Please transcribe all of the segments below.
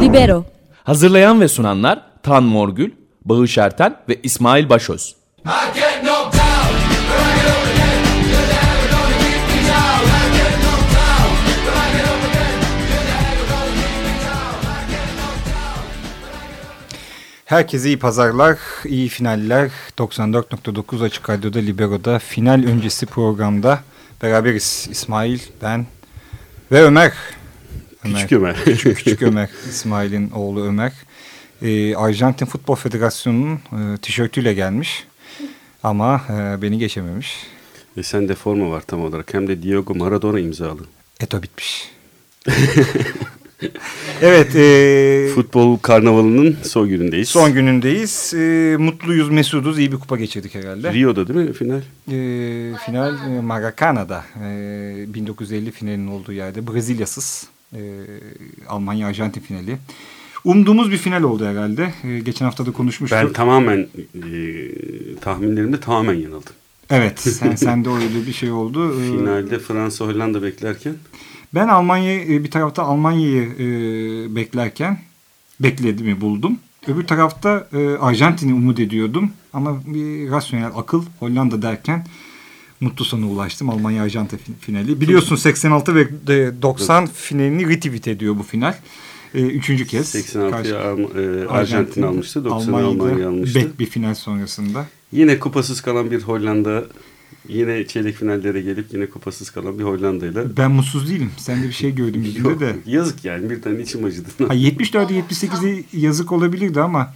Libero. Hazırlayan ve sunanlar Tan Morgül, Bağış Erten ve İsmail Başöz. Herkese iyi pazarlar, iyi finaller. 94.9 Açık Radyo'da Libero'da final öncesi programda beraberiz. İsmail, ben ve Ömer. Küçük Ömer. Küçük Ömer, İsmail'in oğlu Ömer. Arjantin Futbol Federasyonu'nun tişörtüyle gelmiş ama beni geçememiş. Ve sende forma var tam olarak, hem de Diego Maradona imzalı. Eto bitmiş. Evet. Futbol karnavalının son günündeyiz. Son günündeyiz. Mutluyuz, mesuduz. İyi bir kupa geçirdik herhalde. Rio'da değil mi final? Final Maracana'da. 1950 finalinin olduğu yerde. Brezilyasız. Almanya-Arjantin finali. Umduğumuz bir final oldu herhalde. Geçen hafta da konuşmuştuk. Ben tamamen tahminlerimde tamamen yanıldım. Evet. Sen de öyle bir şey oldu. Finalde Fransa-Hollanda beklerken. Ben Almanya'yı bir tarafta Almanya'yı beklediğimi buldum. Öbür tarafta Arjantin'i umut ediyordum. Ama bir rasyonel akıl Hollanda derken mutlu sona ulaştım. Almanya-Arjantin finali. Biliyorsun 86 ve 90 finalini retweet ediyor bu final. Üçüncü kez. 86'ya Arjantin almıştı. 90'a Almanya almıştı. Bet bir final sonrasında. Yine kupasız kalan bir Hollanda. Yine çeyrek finallere gelip yine kupasız kalan bir Hollanda'yla. Ben mutsuz değilim. Sen de bir şey gördüm yüzünde de. Yazık yani, birden içim acıdı. 74'e 78'e yazık olabilirdi ama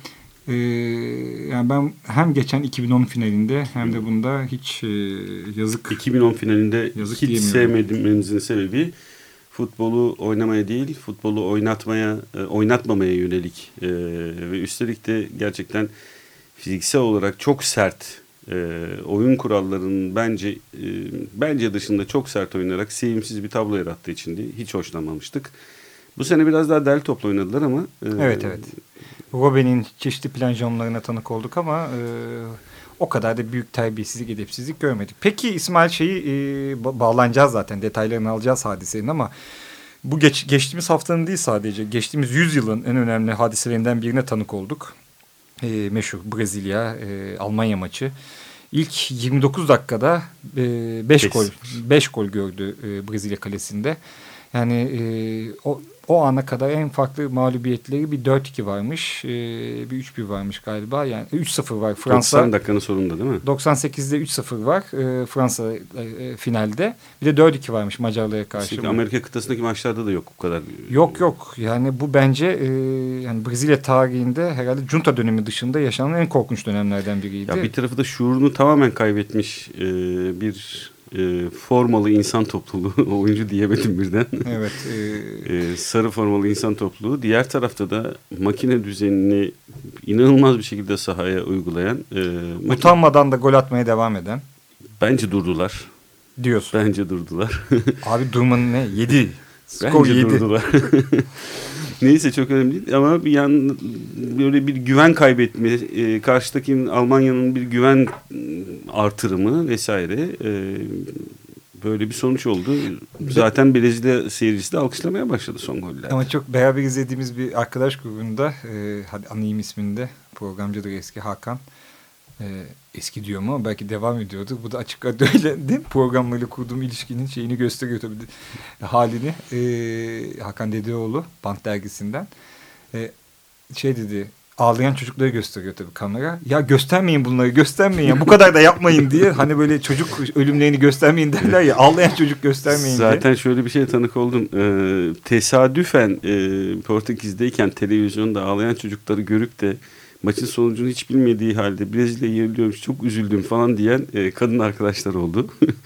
yani ben hem geçen 2010 finalinde hem de bunda hiç yazık. 2010 finalinde yazık hiç sevmememizin sebebi futbolu oynamaya değil, futbolu oynatmamaya yönelik ve üstelik de gerçekten fiziksel olarak çok sert oyun kurallarının bence dışında çok sert oynayarak sevimsiz bir tablo yarattığı için de hiç hoşlanmamıştık. Bu sene biraz daha derli toplu oynadılar ama. Evet. Robben'in çeşitli planjonlarına tanık olduk ama o kadar da büyük terbiyesizlik, edepsizlik görmedik. Peki İsmail bağlanacağız zaten, detaylarını alacağız hadisenin ama bu geçtiğimiz haftanın değil sadece, geçtiğimiz 100 yılın en önemli hadiselerinden birine tanık olduk. Meşhur Brezilya-Almanya maçı. İlk 29 dakikada 5 gol gördü Brezilya kalesinde. Yani o ana kadar en farklı mağlubiyetleri bir 4-2 varmış. Bir 3-1 varmış galiba. Yani 3-0 var Fransa. 90 dakikanın sonunda değil mi? 98'de 3-0 var Fransa finalde. Bir de 4-2 varmış Macarlara karşı. Çünkü Amerika kıtasındaki maçlarda da yok bu kadar. Yok. Yani bu bence yani Brezilya tarihinde herhalde junta dönemi dışında yaşanan en korkunç dönemlerden biriydi. Ya bir tarafı da şuurunu tamamen kaybetmiş bir formalı insan topluluğu. Oyuncu diyemedim birden. Evet. Sarı formalı insan topluluğu. Diğer tarafta da makine düzenini inanılmaz bir şekilde sahaya uygulayan. Utanmadan da gol atmaya devam eden. Bence durdular. Diyorsun. Bence durdular. Abi durmanın ne? 7. Skor 7. Durdular. Neyse, çok önemli değil ama bir böyle bir güven kaybetme, karşıdaki Almanya'nın bir güven artırımı vesaire, böyle bir sonuç oldu. Zaten Brezilya seyircisi de alkışlamaya başladı son gollerde. Ama çok beraber izlediğimiz bir arkadaş grubunda, hadi anayım isminde, programcıdır eski Hakan. Eski diyor mu? Belki devam ediyordu. Bu da açık radyoyla değil mi? Programlarıyla kurduğum ilişkinin şeyini gösteriyor tabii, halini. Hakan Dedeoğlu Bant dergisinden. Dedi, ağlayan çocukları gösteriyor tabii kamera. Ya göstermeyin bunları, göstermeyin ya. Bu kadar da yapmayın diye. Hani böyle çocuk ölümlerini göstermeyin derler ya. Ağlayan çocuk göstermeyin diye. Zaten şöyle bir şeye tanık oldum. Tesadüfen Portekiz'deyken televizyonda ağlayan çocukları görüp de maçın sonucunu hiç bilmediği halde Brezilya'yı yeniliyormuş, çok üzüldüm falan diyen kadın arkadaşlar oldu.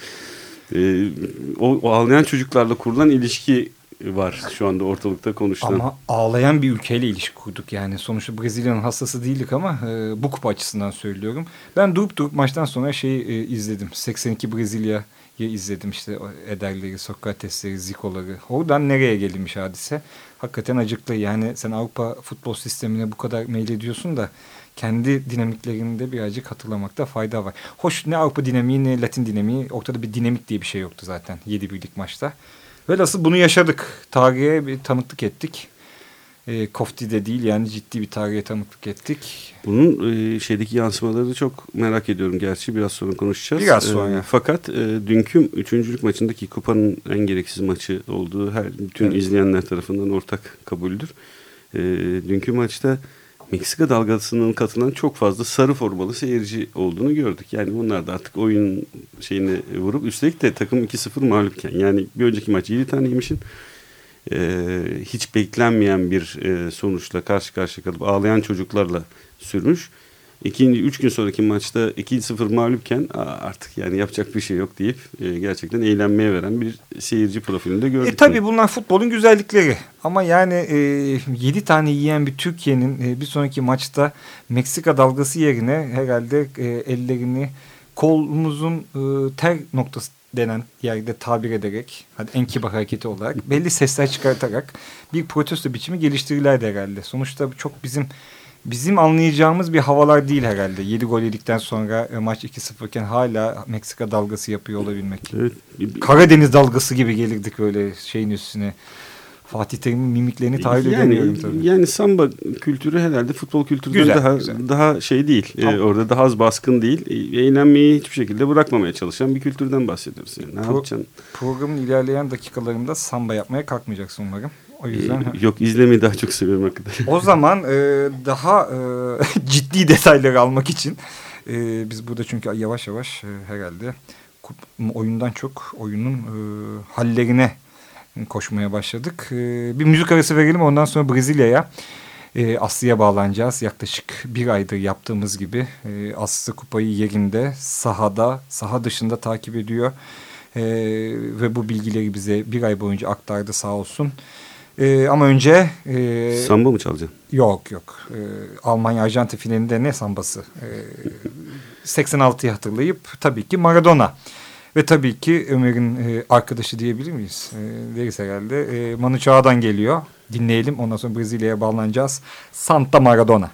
O ağlayan çocuklarla kurulan ilişki var şu anda ortalıkta konuşulan. Ama ağlayan bir ülkeyle ilişki kurduk yani. Sonuçta Brezilya'nın hastası değildik ama bu kupa açısından söylüyorum. Ben durup maçtan sonra izledim. 82 Brezilya'yı izledim, işte Ederleri, Sokratesleri, Zico'ları. Oradan nereye gelinmiş hadise? Hakikaten acıklı. Yani sen Avrupa futbol sistemine bu kadar meylediyorsun da kendi dinamiklerini de birazcık hatırlamakta fayda var. Hoş, ne Avrupa dinamiği ne Latin dinamiği, ortada bir dinamik diye bir şey yoktu zaten 7 birlik maçta. Velhasıl bunu yaşadık. Tarihe bir tanıklık ettik. Kofti'de değil yani ciddi bir tarihe tanıklık ettik. Bunun şeydeki yansımaları çok merak ediyorum gerçi. Biraz sonra konuşacağız. Biraz sonra. Fakat dünkü üçüncülük maçındaki kupanın en gereksiz maçı olduğu bütün izleyenler tarafından ortak kabuldür. Dünkü maçta Meksika dalgasının katılan çok fazla sarı formalı seyirci olduğunu gördük. Yani onlar da artık oyunun şeyini vurup üstelik de takım 2-0 mağlupken. Yani bir önceki maç 7 tane yemişin. Hiç beklenmeyen bir sonuçla karşı karşıya kalıp ağlayan çocuklarla sürmüş. 3 gün sonraki maçta 2-0 mağlupken artık yani yapacak bir şey yok deyip gerçekten eğlenmeye veren bir seyirci profilinde gördük. Tabii bunlar futbolun güzellikleri. Ama yani 7 tane yiyen bir Türkiye'nin bir sonraki maçta Meksika dalgası yerine herhalde ellerini kolumuzun ter noktası denen yerde tabir ederek, hadi en kibar hareketi olarak belli sesler çıkartarak bir protesto biçimi geliştirirlerdi herhalde. Sonuçta çok bizim anlayacağımız bir havalar değil herhalde. 7 gol yedikten sonra maç 2-0 iken hala Meksika dalgası yapıyor olabilmek. Evet. Karadeniz dalgası gibi gelirdik öyle şeyin üstüne. Fatih Terim'in mimiklerini tahayyül edemiyorum tabii. Yani samba kültürü herhalde futbol kültüründen daha şey değil. Orada daha az baskın değil. Eğlenmeyi hiçbir şekilde bırakmamaya çalışan bir kültürden bahsediyoruz. Yani. Ne yapacaksın? Programın ilerleyen dakikalarında samba yapmaya kalkmayacaksın umarım. O yüzden yok, izlemeyi daha çok seviyorum hakikaten. O zaman daha ciddi detayları almak için biz burada çünkü yavaş yavaş herhalde oyundan çok oyunun hallerine koşmaya başladık. Bir müzik arası verelim, ondan sonra Brezilya'ya Aslı'ya bağlanacağız. Yaklaşık bir aydır yaptığımız gibi Aslı kupayı yerinde saha dışında takip ediyor ve bu bilgileri bize bir ay boyunca aktardı sağ olsun. Ama önce... Samba mı çalacaksın? Yok. Almanya-Arjantin finalinde ne sambası? 86'yı hatırlayıp tabii ki Maradona. Ve tabii ki Ömer'in arkadaşı diyebilir miyiz? Deriz herhalde. Manu Chao'dan geliyor. Dinleyelim. Ondan sonra Brezilya'ya bağlanacağız. Santa Maradona.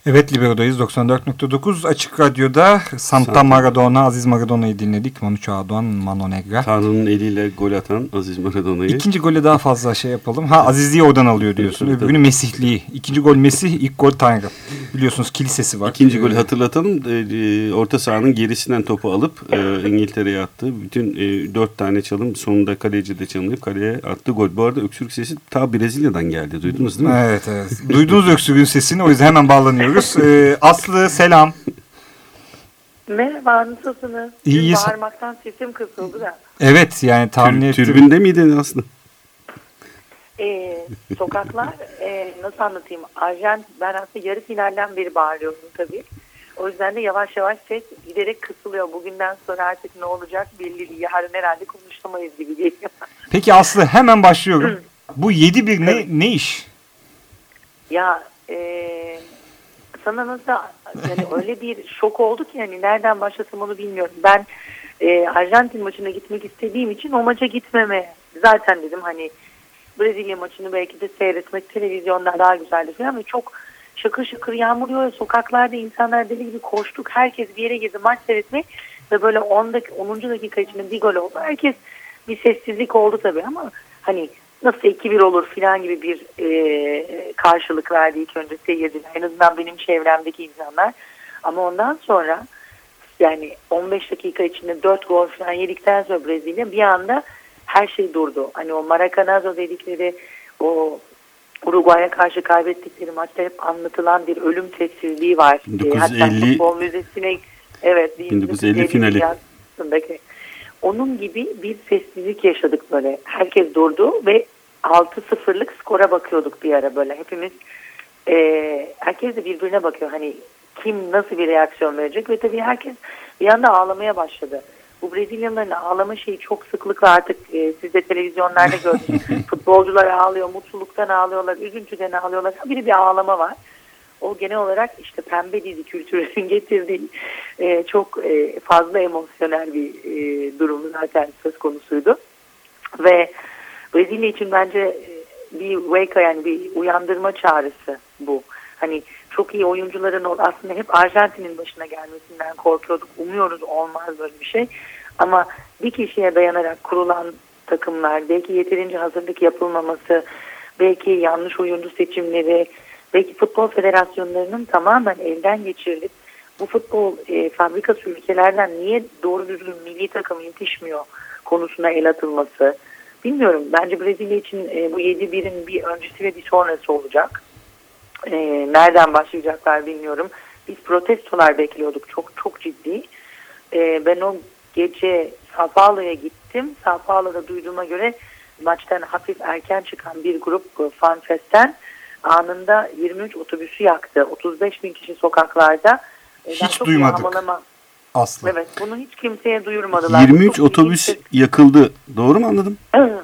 Evet, Libero'dayız. 94.9 Açık Radyo'da Santa Maradona, Aziz Maradona'yı dinledik. Manu Çağdoğan, Mano Negra. Tanrı'nın eliyle gol atan Aziz Maradona'yı. İkinci gole daha fazla şey yapalım. Azizliği oradan alıyor diyorsun. Öbürünü Mesihliği. İkinci gol Mesih, ilk gol Tanrı. Biliyorsunuz kilisesi var. İkinci golü hatırlatalım. Orta sahanın gerisinden topu alıp İngiltere'ye attı. Bütün 4 tane çalım sonunda kaleci de çalımlayıp kaleye attı gol. Bu arada öksürük sesi ta Brezilya'dan geldi. Duydunuz değil mi? Evet. Duydunuz öksürüğün sesini, o yüzden hemen bağlanıyoruz. Aslı selam. Merhaba, nasılsınız? İyiyiz. Bağırmaktan sesim kısıldı da. Evet, yani tahmin ettim. Türbünde miydin aslında? Sokaklar nasıl anlatayım? Ben aslında yarı finalden beri bağırıyorum tabii. O yüzden de yavaş yavaş ses giderek kısılıyor. Bugünden sonra artık ne olacak belli değil. Yarın herhalde konuşamayız gibi geliyor. Peki Aslı, hemen başlıyorum. Bu 7-1 ne iş? Ya sana nasıl yani öyle bir şok oldu ki hani nereden başlasam onu bilmiyorum. Ben Arjantin maçına gitmek istediğim için o maça gitmeme zaten dedim hani Brezilya maçını belki de seyretmek televizyonda daha güzeldi falan ve çok şakır şakır yağmur yağıyor. Sokaklarda insanlar deli gibi koştuk. Herkes bir yere girdi maç seyretmek ve böyle 10. dakika içinde bir gol oldu. Herkes bir sessizlik oldu tabii ama hani nasıl 2-1 olur falan gibi bir karşılık verdi ilk önce seyirciler. En azından benim çevremdeki insanlar. Ama ondan sonra yani 15 dakika içinde 4 gol falan yedikten sonra Brezilya bir anda her şey durdu. Hani o Maracanazo dedikleri o Uruguay'a karşı kaybettikleri maçta hep anlatılan bir ölüm sessizliği var. 1950 hatta futbol müzesine 1950 finali. Onun gibi bir sessizlik yaşadık böyle. Herkes durdu ve 6-0'lık skora bakıyorduk bir ara böyle. Hepimiz herkes de birbirine bakıyor. Hani kim nasıl bir reaksiyon verecek ve tabii herkes bir anda ağlamaya başladı. Bu Brezilyalıların ağlama şeyi çok sıklıkla artık siz de televizyonlarda gördünüz. Futbolcular ağlıyor, mutluluktan ağlıyorlar, üzüntüden ağlıyorlar. Biri bir ağlama var. O genel olarak işte pembe dizi kültürünün getirdiği çok fazla emosyonel bir durum zaten söz konusuydu. Ve Brezilya için bence bir wake yani bir uyandırma çağrısı bu. Hani çok iyi oyuncuların aslında hep Arjantin'in başına gelmesinden korkuyorduk. Umuyoruz olmaz böyle bir şey. Ama bir kişiye dayanarak kurulan takımlar, belki yeterince hazırlık yapılmaması, belki yanlış oyuncu seçimleri, belki futbol federasyonlarının tamamen elden geçirilip bu futbol fabrikası ülkelerden niye doğru düzgün milli takım yetişmiyor konusuna el atılması. Bilmiyorum. Bence Brezilya için bu 7-1'in bir öncesi ve bir sonrası olacak. Nereden başlayacaklar bilmiyorum. Biz protestolar bekliyorduk. Çok çok ciddi. Ben o gece São Paulo'ya gittim. São Paulo'da duyduğuma göre maçtan hafif erken çıkan bir grup FanFest'ten anında 23 otobüsü yaktı. 35 bin kişi sokaklarda. Hiç duymadık Aslı. Evet, bunu hiç kimseye duyurmadılar. 23 otobüs yakıldı. Doğru mu anladım?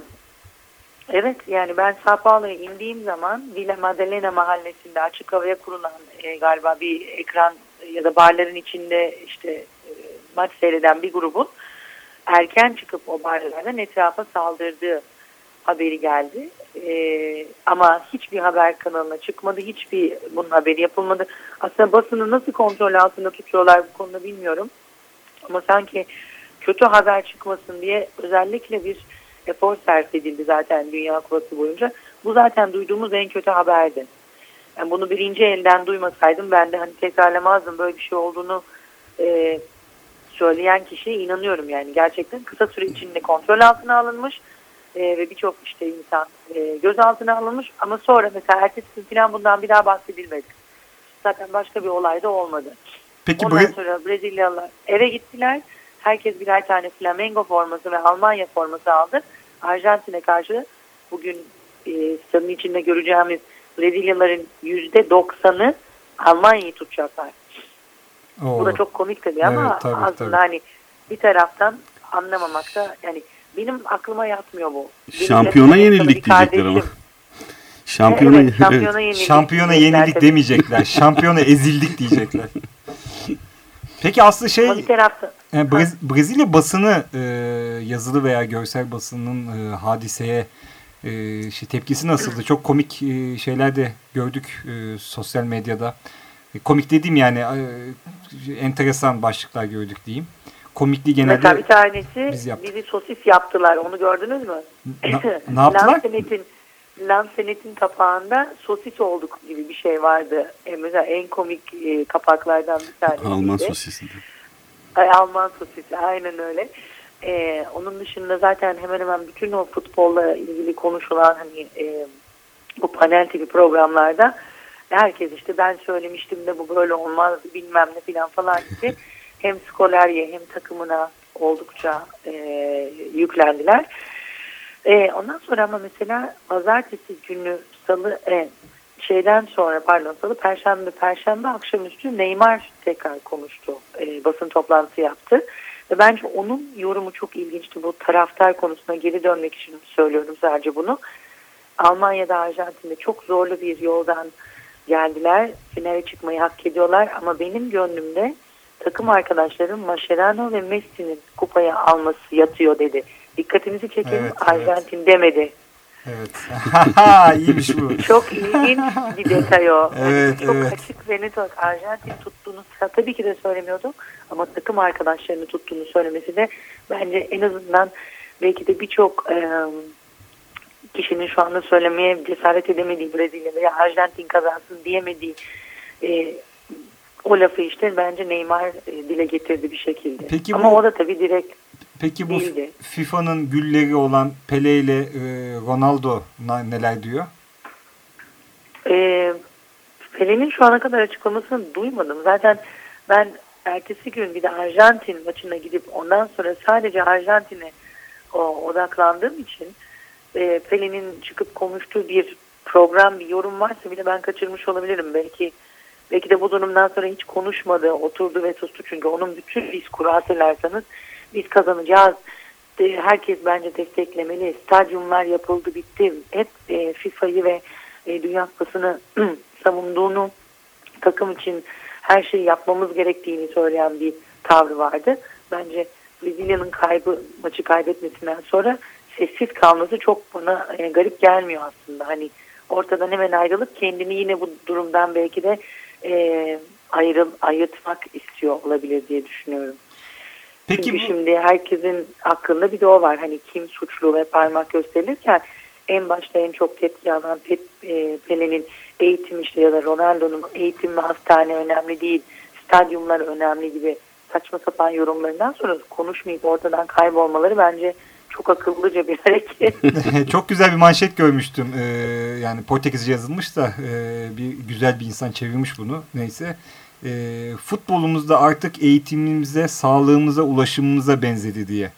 Evet, yani ben São Paulo'ya indiğim zaman Villa Madalena mahallesinde açık havaya kurulan galiba bir ekran ya da barların içinde işte maç seyreden bir grubun erken çıkıp o barlardan etrafa saldırdığı haberi geldi. Ama hiçbir haber kanalına çıkmadı. Hiçbir bunun haberi yapılmadı. Aslında basını nasıl kontrol altında tutuyorlar bu konuda bilmiyorum. Ama sanki kötü haber çıkmasın diye özellikle bir efor sarf edildi zaten Dünya Kupası boyunca. Bu zaten duyduğumuz en kötü haberdi. Yani bunu birinci elden duymasaydım ben de hani tekrarlamazdım böyle bir şey olduğunu söyleyen kişiye inanıyorum yani. Gerçekten kısa süre içinde kontrol altına alınmış ve birçok işte insan gözaltına alınmış ama sonra mesela ertesi gün falan bundan bir daha bahsedilmedi. Zaten başka bir olay da olmadı. Peki ondan sonra Brezilyalılar eve gittiler. Herkes birer tane Flamengo forması ve Almanya forması aldı. Arjantin'e karşı bugün stadın içinde göreceğimiz Brezilyalıların %90'ı Almanya'yı tutacaklar. Bu da çok komik tabii ama evet, tabii, aslında hani bir taraftan anlamamakta yani benim aklıma yatmıyor bu. Şampiyona yenildik diyecekler ama. Şampiyona yenildik demeyecekler. Şampiyona ezildik diyecekler. Peki Aslı Brezilya basını yazılı veya görsel basının hadiseye tepkisi nasıldı? Çok komik şeyler de gördük sosyal medyada. Komik dediğim yani enteresan başlıklar gördük diyeyim. Komikliği genelde mesela bir tanesi biz bizi sosis yaptılar. Onu gördünüz mü? Ne yaptılar? Lansenet'in kapağında sosis olduk gibi bir şey vardı. Mesela en komik kapaklardan bir tanesi. Alman sosisi. Alman sosisi, aynen öyle. Onun dışında zaten hemen hemen bütün o futbolla ilgili konuşulan hani bu panel tipi programlarda herkes işte ben söylemiştim de bu böyle olmaz bilmem ne falan gibi hem Scolari'ye hem takımına oldukça yüklendiler. Ondan sonra ama mesela pazartesi günü Perşembe akşamüstü Neymar tekrar konuştu. Basın toplantısı yaptı. Ve bence onun yorumu çok ilginçti. Bu taraftar konusuna geri dönmek için söylüyorum sadece bunu. Almanya'da, Arjantin'de çok zorlu bir yoldan geldiler. Finale çıkmayı hak ediyorlar ama benim gönlümde takım arkadaşlarım Mascherano ve Messi'nin kupayı alması yatıyor dedi. Dikkatinizi çekelim, evet, Arjantin evet demedi. Evet. İyiymiş bu. Çok ilginç bir detay o. Evet, çok evet. açık ve net olarak Arjantin tuttuğunu tabii ki de söylemiyordum. Ama takım arkadaşlarını tuttuğunu söylemesi de bence en azından belki de birçok kişinin şu anda söylemeye cesaret edemediği Brezilya veya Arjantin kazansın diyemediği o lafı işte bence Neymar dile getirdi bir şekilde. Peki ama o da tabii direkt peki bu değildi. FIFA'nın gülleri olan Pele ile Ronaldo neler diyor? Pele'nin şu ana kadar açıklamasını duymadım. Zaten ben ertesi gün bir de Arjantin maçına gidip ondan sonra sadece Arjantin'e odaklandığım için Pele'nin çıkıp konuştuğu bir program, bir yorum varsa bile ben kaçırmış olabilirim. Belki de bu durumdan sonra hiç konuşmadı, oturdu ve sustu. Çünkü onun bütün diskuru hatırlarsanız biz kazanacağız. Herkes bence desteklemeli. Stadyumlar yapıldı, bitti. Hep FIFA'yı ve Dünya Kupası'nı savunduğunu, takım için her şeyi yapmamız gerektiğini söyleyen bir tavrı vardı. Bence Brezilya'nın maçı kaybetmesinden sonra sessiz kalması çok bana garip gelmiyor aslında. Hani ortadan hemen ayrılıp kendini yine bu durumdan belki de ayırtmak istiyor olabilir diye düşünüyorum. Peki çünkü şimdi herkesin aklında bir de o var. Hani kim suçlu ve parmak gösterilirken en başta en çok tepki alan Pele'nin eğitim işte ya da Ronaldo'nun eğitim ve hastane önemli değil, stadyumlar önemli gibi saçma sapan yorumlarından sonra konuşmayıp ortadan kaybolmaları bence çok akıllıca bir hareket. Çok güzel bir manşet görmüştüm. Yani Portekizce yazılmış da güzel bir insan çevirmiş bunu. Neyse. Futbolumuzda artık eğitimimize, sağlığımıza, ulaşımımıza benzedi diye.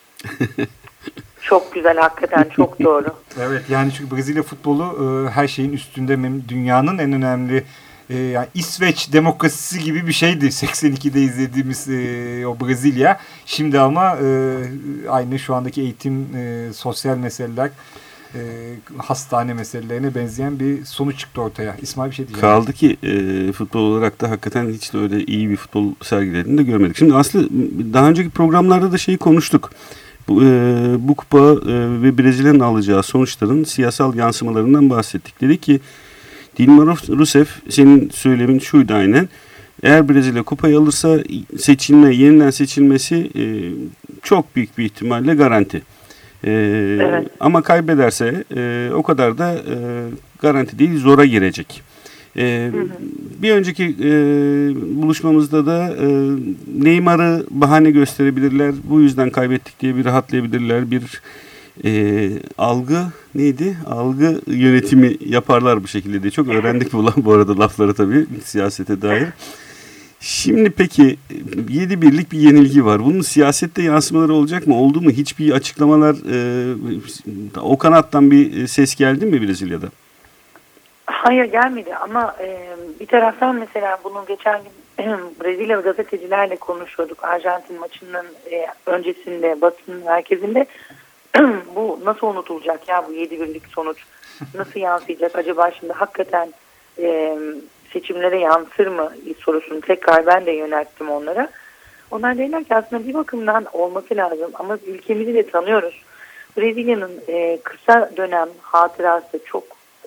Çok güzel, hakikaten çok doğru. Evet, yani çünkü Brezilya futbolu her şeyin üstünde, dünyanın en önemli yani İsveç demokrasisi gibi bir şeydi 82'de izlediğimiz o Brezilya. Şimdi ama aynı şu andaki eğitim, sosyal meseleler, hastane meselelerine benzeyen bir sonuç çıktı ortaya. İsmail bir şey diyeceğim. Kaldı ki futbol olarak da hakikaten hiç de öyle iyi bir futbol sergilediğini de görmedik. Şimdi aslında daha önceki programlarda da şeyi konuştuk. Bu kupa ve Brezilya'nın alacağı sonuçların siyasal yansımalarından bahsettik. Dedi ki Dilma Rousseff, senin söylemin şuydu aynen. Eğer Brezilya kupayı alırsa yeniden seçilmesi çok büyük bir ihtimalle garanti. Evet. Ama kaybederse o kadar da garanti değil, zora girecek. Bir önceki buluşmamızda da Neymar'ı bahane gösterebilirler. Bu yüzden kaybettik diye bir rahatlayabilirler. Bir algı neydi? Algı yönetimi yaparlar bu şekilde diye. Çok öğrendik bu arada lafları tabii siyasete dair. Şimdi peki 7-1'lik bir yenilgi var. Bunun siyasette yansımaları olacak mı? Oldu mu? Hiçbir açıklamalar o kanattan bir ses geldi mi Brezilya'da? Hayır, gelmedi ama bir taraftan mesela bunu geçen gün Brezilya gazetecilerle konuşuyorduk. Arjantin maçının öncesinde basın merkezinde bu nasıl unutulacak ya, bu 7-1'lik sonuç nasıl yansıyacak acaba, şimdi hakikaten seçimlere yansır mı sorusunu tekrar ben de yönelttim onlara. Onlar dediler ki aslında bir bakımdan olması lazım ama ülkemizi de tanıyoruz. Brezilya'nın kısa dönem hatırası çok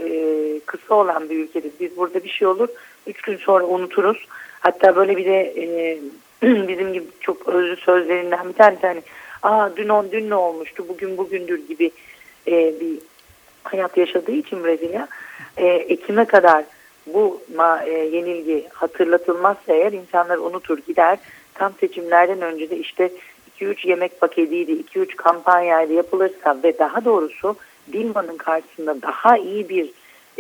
kısa olan bir ülkedir. Biz burada bir şey olur 3 gün sonra unuturuz. Hatta böyle bir de bizim gibi çok özlü sözlerinden bir tanesi hani dün ne olmuştu bugün bugündür gibi bir hayat yaşadığı için Brezilya Ekim'e kadar bu yenilgi hatırlatılmazsa eğer insanlar unutur gider. Tam seçimlerden önce de işte 2-3 yemek paketiydi, 2-3 kampanyayla yapılırsa ve daha doğrusu Dilma'nın karşısında daha iyi bir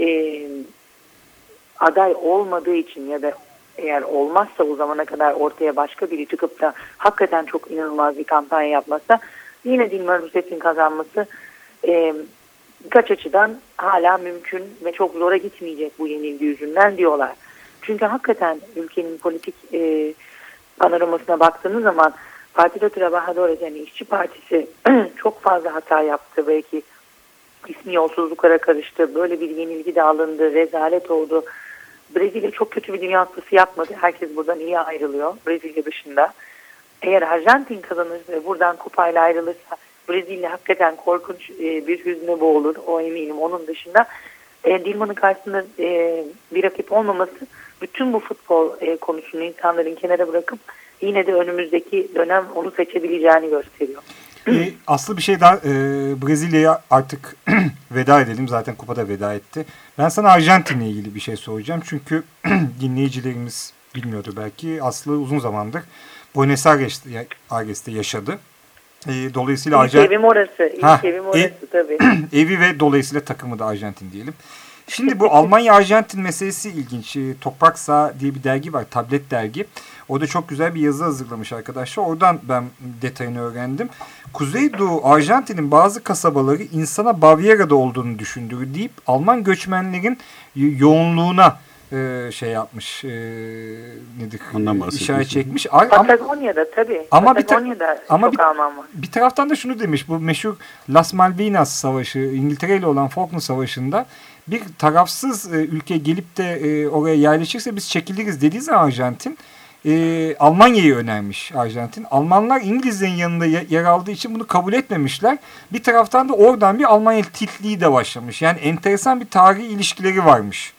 aday olmadığı için ya da eğer olmazsa o zamana kadar ortaya başka biri çıkıp da hakikaten çok inanılmaz bir kampanya yapmazsa yine Dilma Rousseff'in kazanması birkaç açıdan hala mümkün ve çok zora gitmeyecek bu yenilgi yüzünden diyorlar. Çünkü hakikaten ülkenin politik panoramasına baktığınız zaman Partido Trabajadores yani İşçi Partisi çok fazla hata yaptı. Belki ismi yolsuzluklara karıştı. Böyle bir yenilgi de alındı. Rezalet oldu. Brezilya çok kötü bir Dünya Kupası yapmadı. Herkes buradan iyi ayrılıyor. Brezilya dışında. Eğer Arjantin kazanırsa ve buradan kupayla ayrılırsa Brezilya hakikaten korkunç bir hüzne boğulur. O eminim. Onun dışında Dilma'nın karşısında bir rakip olmaması bütün bu futbol konusunu insanların kenara bırakıp yine de önümüzdeki dönem onu seçebileceğini gösteriyor. Aslı bir şey daha Brezilya'ya artık veda edelim. Zaten kupada veda etti. Ben sana Arjantin'le ilgili bir şey soracağım. Çünkü dinleyicilerimiz bilmiyordu belki. Aslı uzun zamandır Buenos Aires'te yaşadı. Dolayısıyla İlk evim orası. İlk evim orası tabii. Evi ve dolayısıyla takımı da Arjantin diyelim. Şimdi bu Almanya-Arjantin meselesi ilginç. Toprak Sağ diye bir dergi var. Tablet dergi. Orada çok güzel bir yazı hazırlamış arkadaşlar. Oradan ben detayını öğrendim. Kuzeydoğu Arjantin'in bazı kasabaları insana Baviera'da olduğunu düşündürür deyip Alman göçmenlerin yoğunluğuna şey yapmış. Nedir? İşaret çekmiş. Patagonya'da tabii. Patagonya'da çok Alman var. Bir taraftan da şunu demiş. Bu meşhur Las Malvinas Savaşı, İngiltere ile olan Falkland Savaşı'nda bir tarafsız ülke gelip de oraya yerleşirse biz çekiliriz dediği zaman Arjantin Almanya'yı önermiş Arjantin. Almanlar İngilizlerin yanında yer aldığı için bunu kabul etmemişler. Bir taraftan da oradan bir Almanya tiltliği de başlamış. Yani enteresan bir tarihi ilişkileri varmış.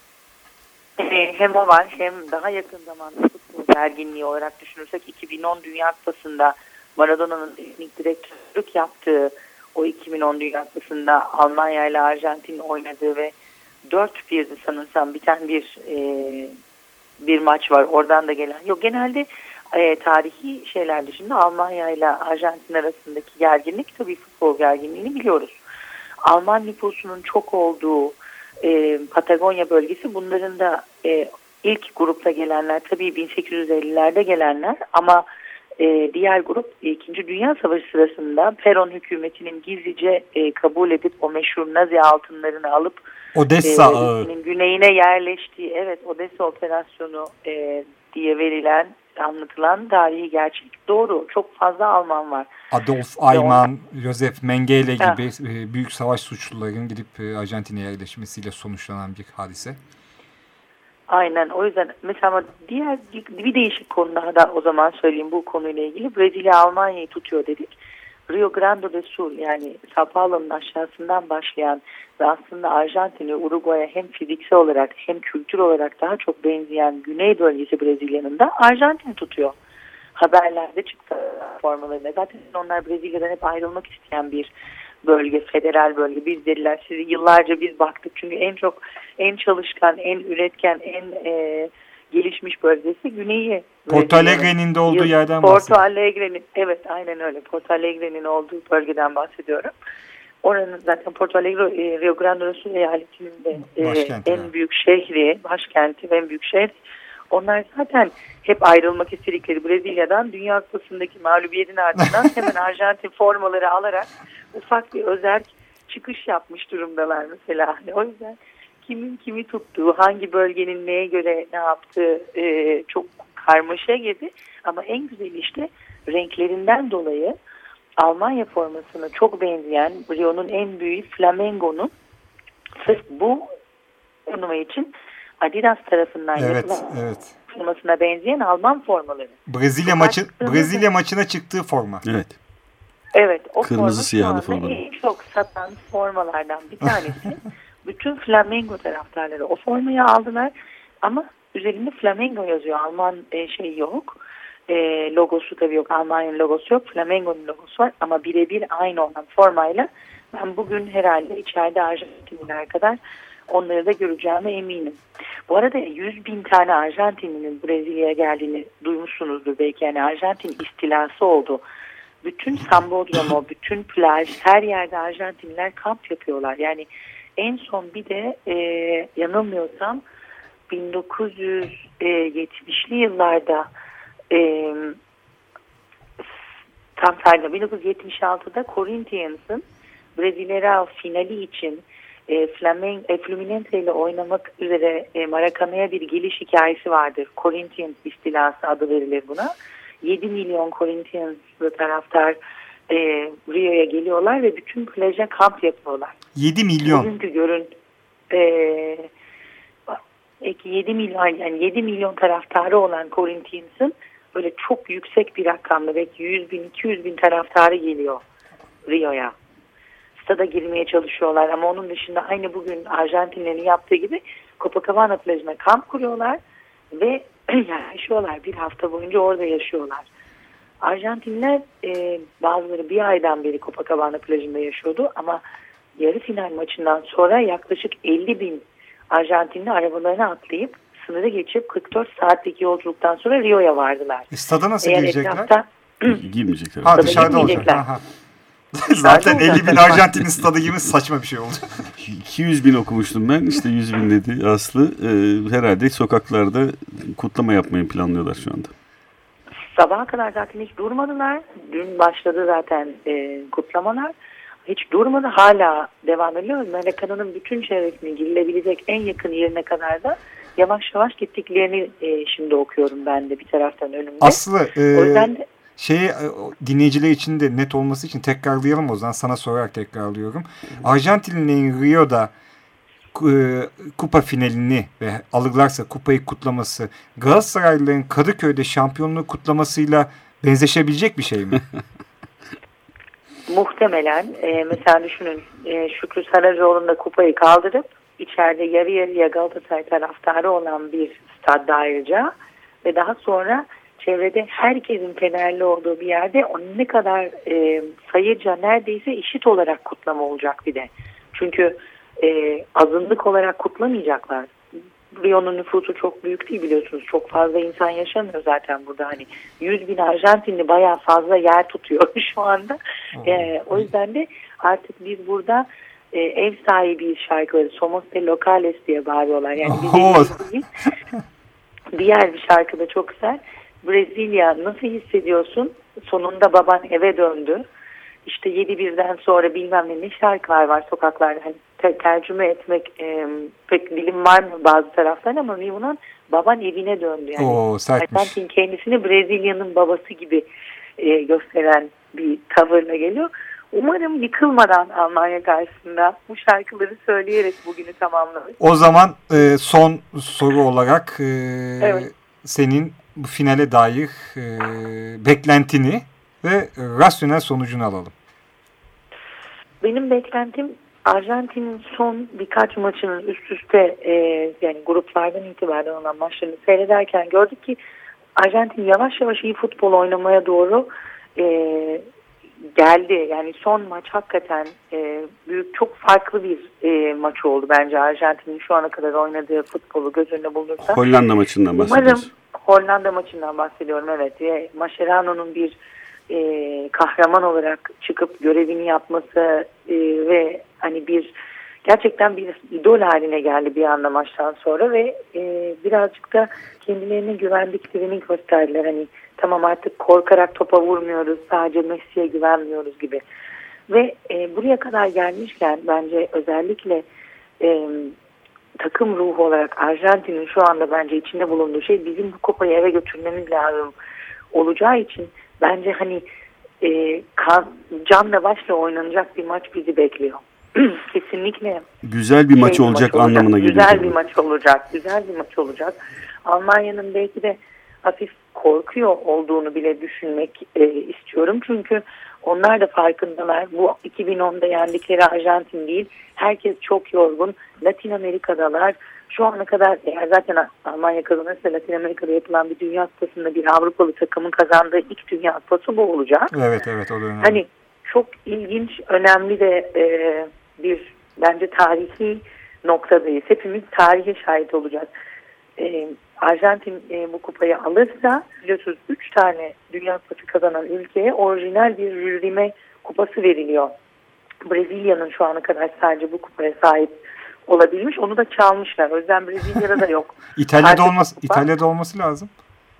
Hem o var hem daha yakın zamanda futbol gerginliği olarak düşünürsek 2010 Dünya Kupası'nda Maradona'nın teknik direktörlük yaptığı o 2010 Dünya Kupası'nda Almanya ile Arjantin oynadığı ve 4-1'di sanırsam biten bir maç var. Oradan da gelen. Yok genelde tarihi şeyler dışında Almanya ile Arjantin arasındaki gerginlik tabii futbol gerginliğini biliyoruz. Alman nüfusunun çok olduğu Patagonya bölgesi bunların da ilk grupta gelenler tabii 1850'lerde gelenler ama diğer grup 2. Dünya Savaşı sırasında Peron hükümetinin gizlice kabul edip o meşhur Nazi altınlarını alıp Odessa'nın güneyine yerleştiği Odessa operasyonu diye anlatılan tarihi gerçek. Doğru. Çok fazla Alman var. Adolf Eichmann, Josef Mengele gibi büyük savaş suçlularının gidip Arjantin'e yerleşmesiyle sonuçlanan bir hadise. Aynen. O yüzden mesela bir değişik konu daha da o zaman söyleyeyim bu konuyla ilgili. Brezilya Almanya'yı tutuyor dedik. Rio Grande do Sul yani Sao Paulo'nun aşağısından başlayan ve aslında Arjantin ve Uruguay'a hem fiziksel olarak hem kültür olarak daha çok benzeyen güney bölgesi Brezilya'nın da Arjantin tutuyor. Haberlerde çıktı formalarında. Zaten onlar Brezilya'dan hep ayrılmak isteyen bir bölge, federal bölge. Biz dediler sizi yıllarca biz baktık. Çünkü en çalışkan, en üretken, en gelişmiş bölgesi güneyi. Porto Alegre'nin de olduğu yerden bahsediyorum. Porto Alegre'nin, evet aynen öyle. Porto Alegre'nin olduğu bölgeden bahsediyorum. Oranın zaten Porto Alegre, Rio Grande do Sul eyaletinin de en büyük şehri, başkenti ve en büyük şehri. Onlar zaten hep ayrılmak istedikleri Brezilya'dan Dünya Kupası'ndaki mağlubiyetin ardından hemen Arjantin formaları alarak ufak bir özerk çıkış yapmış durumdalar mesela. O yüzden kimin kimi tuttuğu, hangi bölgenin neye göre ne yaptığı çok karmaşa girdi. Ama en güzeli işte renklerinden dolayı Almanya formasına çok benzeyen Rio'nun en büyüğü Flamengo'nun sırf bu turnuva için Adidas tarafından yapılan formasına benzeyen Alman formaları. Brezilya maçına çıktığı forma. Evet. Evet, o kırmızı siyahlı forma. En çok satan formalardan bir tanesi. Bütün Flamengo taraftarları o formayı aldılar ama üzerinde Flamengo yazıyor. Alman şey yok. Logosu tabii yok. Almanya'nın logosu yok. Flamengo'nun logosu var ama birebir aynı olan formayla ben bugün herhalde içeride Arjantinliler kadar onları da göreceğime eminim. Bu arada 100.000 tane Arjantinli'nin Brezilya'ya geldiğini duymuşsunuzdur belki. Yani Arjantin istilası oldu. Bütün Sambodromo, bütün plaj, her yerde Arjantinliler kamp yapıyorlar. Yani en son bir de yanılmıyorsam 1970'li yıllarda tam tarihte 1976'da Corinthians'ın Brasileirao finali için Fluminense ile oynamak üzere Maracana'ya bir geliş hikayesi vardır. Corinthians istilası adı verilir buna. 7 milyon Corinthians'lı taraftar Rio'ya geliyorlar ve bütün plaja kamp yapıyorlar. 7 milyon. Bugünkü görün 7 milyon, yani 7 milyon taraftarı olan Corinthians'ın böyle çok yüksek bir rakamla belki 100.000 200.000 taraftarı geliyor Rio'ya. Stada girmeye çalışıyorlar ama onun dışında aynı bugün Arjantinlerin yaptığı gibi Copacabana plajına kamp kuruyorlar ve yaşıyorlar. Bir hafta boyunca orada yaşıyorlar. Arjantinler bazıları bir aydan beri Copacabana plajında yaşıyordu ama yarı final maçından sonra yaklaşık 50.000 Arjantinli arabalarına atlayıp sınırı geçip 44 saatlik yolculuktan sonra Rio'ya vardılar. Stada nasıl girecekler? Girmeyecekler. Ha, dışarıda olacak. Zaten 50.000 Arjantin'in stadı gibi saçma bir şey oldu. 200.000 okumuştum ben. İşte 100.000 dedi Aslı. Herhalde sokaklarda kutlama yapmayı planlıyorlar şu anda. Sabaha kadar zaten hiç durmadılar. Dün başladı zaten kutlamalar. Hiç durmadı. Hala devam ediyor. Maracana'nın bütün çevresine girilebilecek en yakın yerine kadar da yavaş yavaş gittiklerini şimdi okuyorum ben de bir taraftan önümde. Aslı o yüzden de dinleyiciler için de net olması için tekrarlayalım o zaman. Sana sorarak tekrarlıyorum. Arjantinlilerin Rio'da kupa finalini ve alırlarsa kupayı kutlaması Galatasaraylıların Kadıköy'de şampiyonluğu kutlamasıyla benzeşebilecek bir şey mi? Muhtemelen mesela düşünün Şükrü Saracoğlu'nda kupayı kaldırıp içeride yarı yarıya Galatasaray taraftarı olan bir stadda ayrıca ve daha sonra çevrede herkesin Fenerli olduğu bir yerde onun ne kadar sayıca neredeyse eşit olarak kutlama olacak bir de. Çünkü azınlık olarak kutlamayacaklar. Rio'nun nüfusu çok büyük değil biliyorsunuz. Çok fazla insan yaşamıyor zaten burada. Hani 100.000 Arjantinli bayağı fazla yer tutuyor şu anda. O yüzden de artık biz burada ev sahibi şarkıları Somos de Locales diye bağırıyorlar. Yani diğer bir şarkı da çok güzel. Brezilya nasıl hissediyorsun? Sonunda baban eve döndü. İşte 7-1'den sonra bilmem ne şarkılar var sokaklarda. Hani tercüme etmek pek bilim var mı bazı taraftan ama Rio'nun baban evine döndü. Yani Arjantin kendisini Brezilya'nın babası gibi gösteren bir tavırla geliyor. Umarım yıkılmadan Almanya karşısında bu şarkıları söyleyerek bugünü tamamlarız. O zaman son soru olarak evet. Senin bu finale dair beklentini ve rasyonel sonucunu alalım. Benim beklentim Arjantin'in son birkaç maçının üst üste yani gruplardan itibaren olan maçlarını seyrederken gördük ki Arjantin yavaş yavaş iyi futbol oynamaya doğru geldi. Yani son maç hakikaten büyük çok farklı bir maç oldu bence Arjantin'in şu ana kadar oynadığı futbolu göz önüne bulunursa. Hollanda maçından bahsediyoruz. Umarım Hollanda maçından bahsediyorum evet. Ve Mascherano'nun bir kahraman olarak çıkıp görevini yapması ve hani gerçekten bir idol haline geldi bir anda maçtan sonra ve birazcık da kendilerine güvendiklerini gösterdiler. Hani tamam artık korkarak topa vurmuyoruz, sadece Messi'ye güvenmiyoruz gibi. Ve buraya kadar gelmişken bence özellikle takım ruhu olarak Arjantin'in şu anda bence içinde bulunduğu şey bizim bu kupayı eve götürmemiz lazım olacağı için bence hani canla başla oynanacak bir maç bizi bekliyor. Kesinlikle. Güzel bir maç olacak anlamına geliyor. Güzel bir maç olacak. Güzel bir maç olacak. Almanya'nın belki de hafif korkuyor olduğunu bile düşünmek istiyorum. Çünkü Onlar da farkındalar. Bu 2010'da yendikleri Arjantin değil. Herkes çok yorgun. Latin Amerika'dalar. Şu ana kadar eğer zaten Almanya kazanırsa Latin Amerika'da yapılan bir Dünya Kupası'nda bir Avrupalı takımın kazandığı ilk Dünya Kupası bu olacak. Evet o da önemli. Hani çok ilginç, önemli de bir bence tarihi noktadayız. Hepimiz tarihe şahit olacağız. Arjantin bu kupayı alırsa biliyorsunuz 3 tane Dünya Kupası kazanan ülkeye orijinal bir Rime kupası veriliyor. Brezilya'nın şu ana kadar sadece bu kupaya sahip olabilmiş. Onu da çalmışlar. O yüzden Brezilya'da da yok. İtalya'da olması lazım.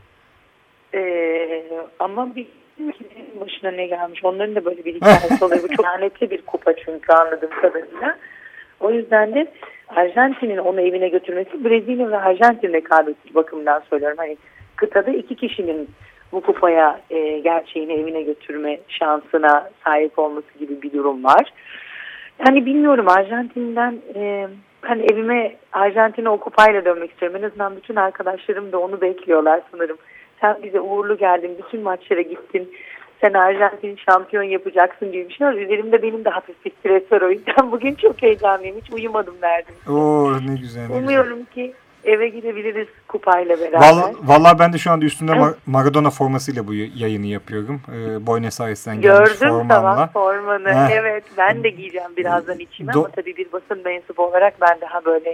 Ama bir ülkenin başına ne gelmiş? Onların da böyle bir hikayesi oluyor. Bu çok lanetli bir kupa çünkü anladığım kadarıyla. O yüzden de Arjantin'in onu evine götürmesi Brezilya ve Arjantin rekabeti bakımından söylüyorum. Hani kıtada 2 kişinin bu kupaya gerçeğini evine götürme şansına sahip olması gibi bir durum var. Yani bilmiyorum, Arjantin'den hani evime Arjantin'e o kupayla dönmek istiyorum. En azından bütün arkadaşlarım da onu bekliyorlar sanırım. Sen bize uğurlu geldin, bütün maçlara gittin. Sen Arjantin'i şampiyon yapacaksın gibi bir şey var. Üzerimde benim de hafif bir stres var, o yüzden bugün çok heyecanlıyım. Hiç uyumadım neredeyse. Oo ne güzel. Umuyorum ki eve gidebiliriz kupayla beraber. Vallahi ben de şu anda üstünde Maradona formasıyla bu yayını yapıyorum. Buenos Aires'ten gelmiş formamla. Gördüm sabah formanı. Evet, ben de giyeceğim birazdan içime ama tabii bir basın mensubu olarak ben daha böyle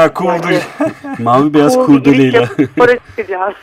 mavi beyaz kurdeleyle. Spora çıkacağım.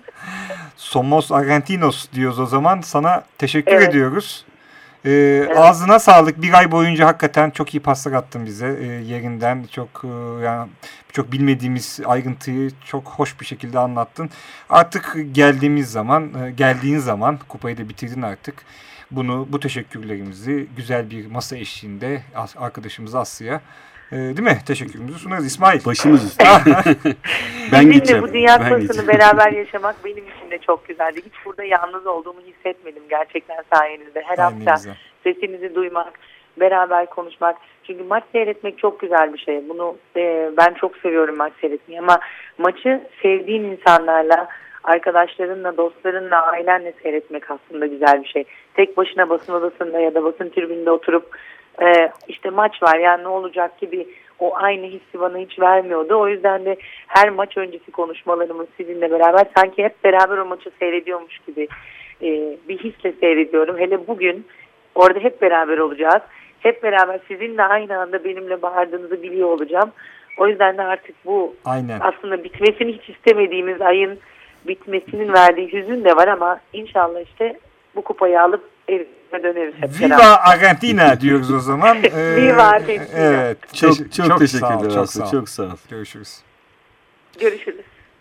Somos Argentinos diyoruz o zaman. Sana teşekkür ediyoruz. Ağzına sağlık. Bir ay boyunca hakikaten çok iyi paslar attın bize. Yerinden yani çok bilmediğimiz ayrıntıyı çok hoş bir şekilde anlattın. Artık geldiğin zaman kupayı da bitirdin artık. Bu teşekkürlerimizi güzel bir masa eşliğinde arkadaşımız Aslı'ya değil mi? Teşekkürümüzü sunarız. İsmail. Başımız üstüne. Ben gideceğim. Bu Dünya Kupası'nı beraber yaşamak benim için de çok güzeldi. Hiç burada yalnız olduğumu hissetmedim gerçekten sayenizde. Her hafta sesinizi duymak, beraber konuşmak. Çünkü maç seyretmek çok güzel bir şey. Bunu ben çok seviyorum, maç seyretmeyi. Ama maçı sevdiğin insanlarla, arkadaşlarınla, dostlarınla, ailenle seyretmek aslında güzel bir şey. Tek başına basın odasında ya da basın tribünde oturup işte maç var yani ne olacak gibi o aynı hissi bana hiç vermiyordu. O yüzden de her maç öncesi konuşmalarımız sizinle beraber sanki hep beraber o maçı seyrediyormuş gibi bir hisle seyrediyorum. Hele bugün orada hep beraber olacağız. Hep beraber sizinle aynı anda benimle bağırdığınızı biliyor olacağım. O yüzden de artık bu aslında bitmesini hiç istemediğimiz ayın bitmesinin verdiği hüzün de var ama inşallah işte bu kupayı alıp evine döneriz hep beraber. Viva Argentina diyoruz o zaman. Viva Argentina. Evet. Çok teşekkürler Aslı. Çok sağ ol. Görüşürüz. Görüşürüz.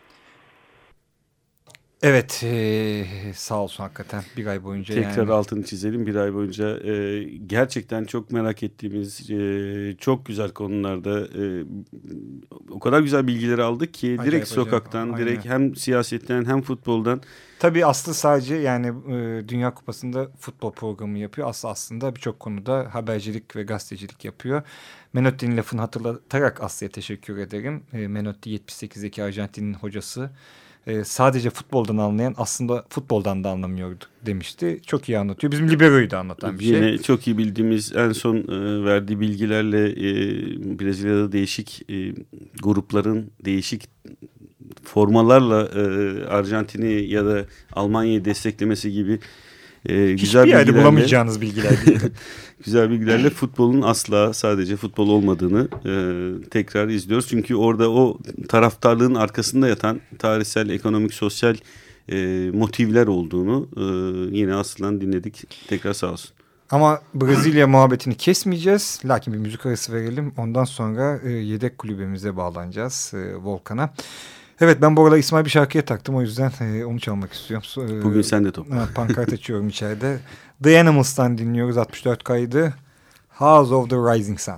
Evet, sağ olsun hakikaten bir ay boyunca. Tekrar altını çizelim, bir ay boyunca gerçekten çok merak ettiğimiz çok güzel konularda o kadar güzel bilgileri aldık ki acayip, direkt sokaktan, direkt hem siyasetten hem futboldan. Tabii Aslı sadece yani Dünya Kupası'nda futbol programı yapıyor. Aslı aslında birçok konuda habercilik ve gazetecilik yapıyor. Menotti'nin lafını hatırlatarak Aslı'ya teşekkür ederim. Menotti 78'deki Arjantin'in hocası. Sadece futboldan anlayan aslında futboldan da anlamıyordu demişti. Çok iyi anlatıyor. Bizim libero'yu da anlatan bir şey. Yine çok iyi bildiğimiz en son verdiği bilgilerle Brezilya'da değişik grupların değişik formalarla Arjantin'i ya da Almanya'yı desteklemesi gibi güzel hiçbir yerde bulamayacağınız bilgiler değil. Güzel bilgilerle futbolun asla sadece futbol olmadığını tekrar izliyoruz. Çünkü orada o taraftarlığın arkasında yatan tarihsel, ekonomik, sosyal motivler olduğunu yine Aslı'dan dinledik. Tekrar sağ olsun. Ama Brezilya muhabbetini kesmeyeceğiz. Lakin bir müzik arası verelim. Ondan sonra yedek kulübemize bağlanacağız, Volkan'a. Evet, ben bu arada İsmail bir şarkıya taktım, o yüzden onu çalmak istiyorum. Bugün sen de topla. Pankart açıyorum içeride. The Animals'tan dinliyoruz 64 kaydı. House of the Rising Sun.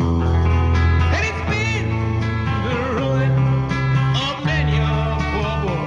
Poor boy.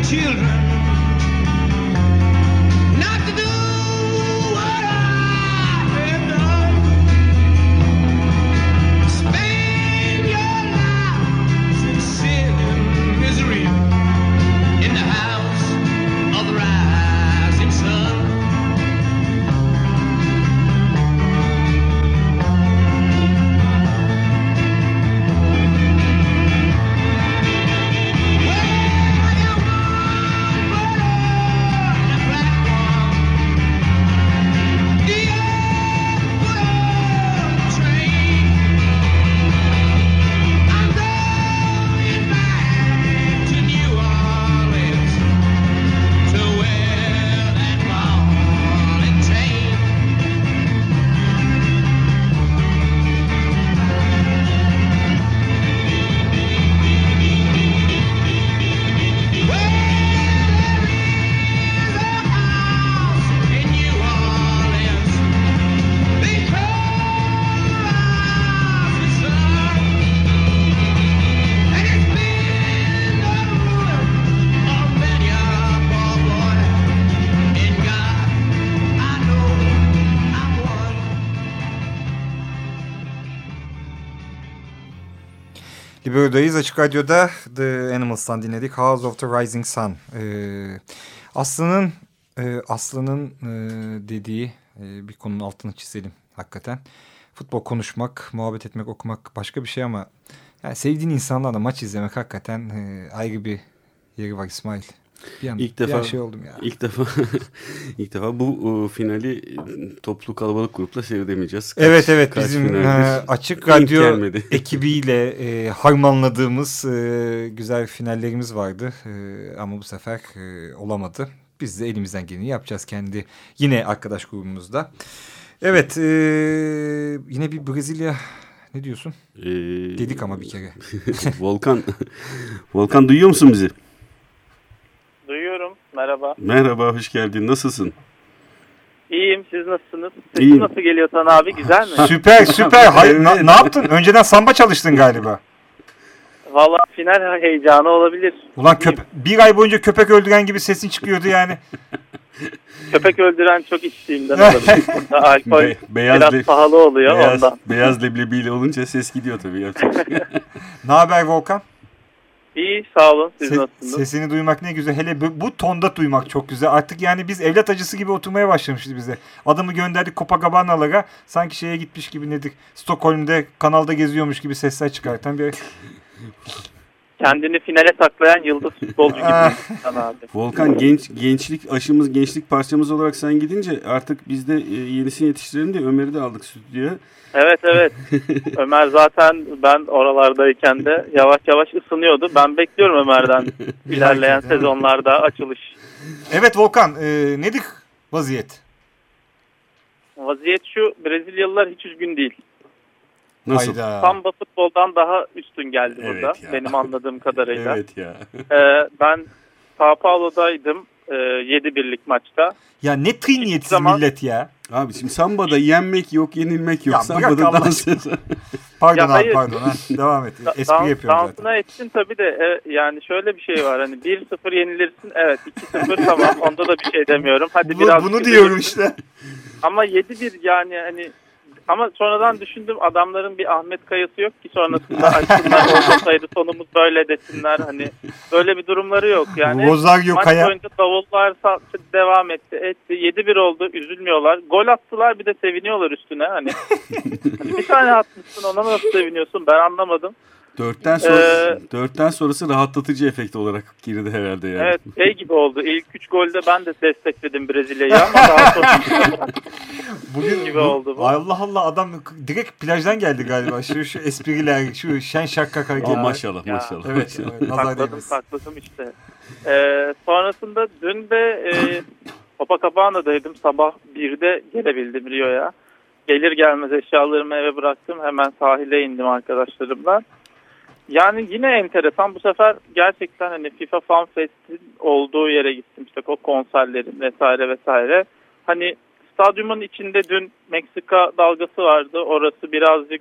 children not to do what I have done. Spend your lives in sin and misery in the house of the rising sun. Libero'dayız. Açık Radyo'da The Animals'tan dinledik. House of the Rising Sun. Aslı'nın dediği bir konunun altını çizelim hakikaten. Futbol konuşmak, muhabbet etmek, okumak başka bir şey ama yani sevdiğin insanlarla maç izlemek hakikaten ayrı bir yeri var İsmail. Bir an şey oldum ya. İlk defa bu finali toplu kalabalık grupla seyredemeyeceğiz. Evet bizim Açık Radyo ekibiyle harmanladığımız güzel finallerimiz vardı. Ama bu sefer olamadı. Biz de elimizden geleni yapacağız kendi yine arkadaş grubumuzda. Evet yine bir Brezilya ne diyorsun? Dedik ama bir kere. Volkan duyuyor musun bizi? Duyuyorum. Merhaba. Merhaba, hoş geldin. Nasılsın? İyiyim. Siz nasılsınız? Sesin nasıl geliyor sana abi? Güzel mi? Süper. Hayır, ne yaptın? Önceden samba çalıştın galiba. Vallahi final heyecanı olabilir. Ulan bir ay boyunca köpek öldüren gibi sesin çıkıyordu yani. Köpek öldüren çok içtiğimden olabilir. Alkol biraz pahalı oluyor ondan. Beyaz leblebiyle olunca ses gidiyor tabii. Ne haber Volkan? İyi, sağ olun. Siz nasılsınız? Sesini duymak ne güzel. Hele bu tonda duymak çok güzel. Artık yani biz evlat acısı gibi oturmaya başlamışız bize. Adamı gönderdik Copacabana'lara. Sanki şeye gitmiş gibi nedik. Stockholm'de kanalda geziyormuş gibi sesler çıkartan bir... Kendini finale saklayan yıldız futbolcu gibi. Abi. Volkan gençlik parçamız olarak sen gidince artık biz de yenisini yetiştirelim de Ömer'i de aldık stüdyoya. Evet. Ömer zaten ben oralardayken de yavaş yavaş ısınıyordu. Ben bekliyorum Ömer'den ilerleyen sezonlarda açılış. Evet Volkan, nedir vaziyet? Vaziyet şu, Brezilyalılar hiç üzgün değil. Nasıl? Samba futboldan daha üstün geldi burada benim anladığım kadarıyla. Evet ya. Ben Sao Paulo'daydım 7-1'lik maçta. Ya ne tıyniyetsiz millet ya. Abi şimdi sambada yenmek yok, yenilmek yok. Ya sambada dans Pardon. Devam et. Espri yapıyorum zaten. Dansına etsin tabii de yani şöyle bir şey var. Hani 1-0 yenilirsin. Evet 2-0 tamam. Onda da bir şey demiyorum. Hadi bunu diyorum işte. Ama 7-1 yani hani ama sonradan düşündüm adamların bir Ahmet Kaya'sı yok ki sonrasında açsınlar olmasaydı sonumuz böyle desinler hani böyle bir durumları yok yani. Rosario maç Kaya. boyunca davullar devam etti 7-1 oldu üzülmüyorlar gol attılar bir de seviniyorlar üstüne hani bir tane atmışsın ona nasıl seviniyorsun ben anlamadım. 4'ten sonrası rahatlatıcı efekt olarak girdi herhalde yani. Evet şey gibi oldu. İlk 3 golde ben de destekledim Brezilya'yı ama daha sonra bugün gibi oldu bu. Allah adam direkt plajdan geldi galiba. Şu espriler, şu şen şakka hareketler. Maşallah. Evet. Sakladım işte. Sonrasında dün de Copacabana'daydım. Sabah 1'de gelebildim Rio'ya. Gelir gelmez eşyalarımı eve bıraktım. Hemen sahile indim arkadaşlarımla. Yani yine enteresan. Bu sefer gerçekten hani FIFA Fan Fest'in olduğu yere gittim. İşte o konserlerin vesaire. Hani stadyumun içinde dün Meksika dalgası vardı. Orası birazcık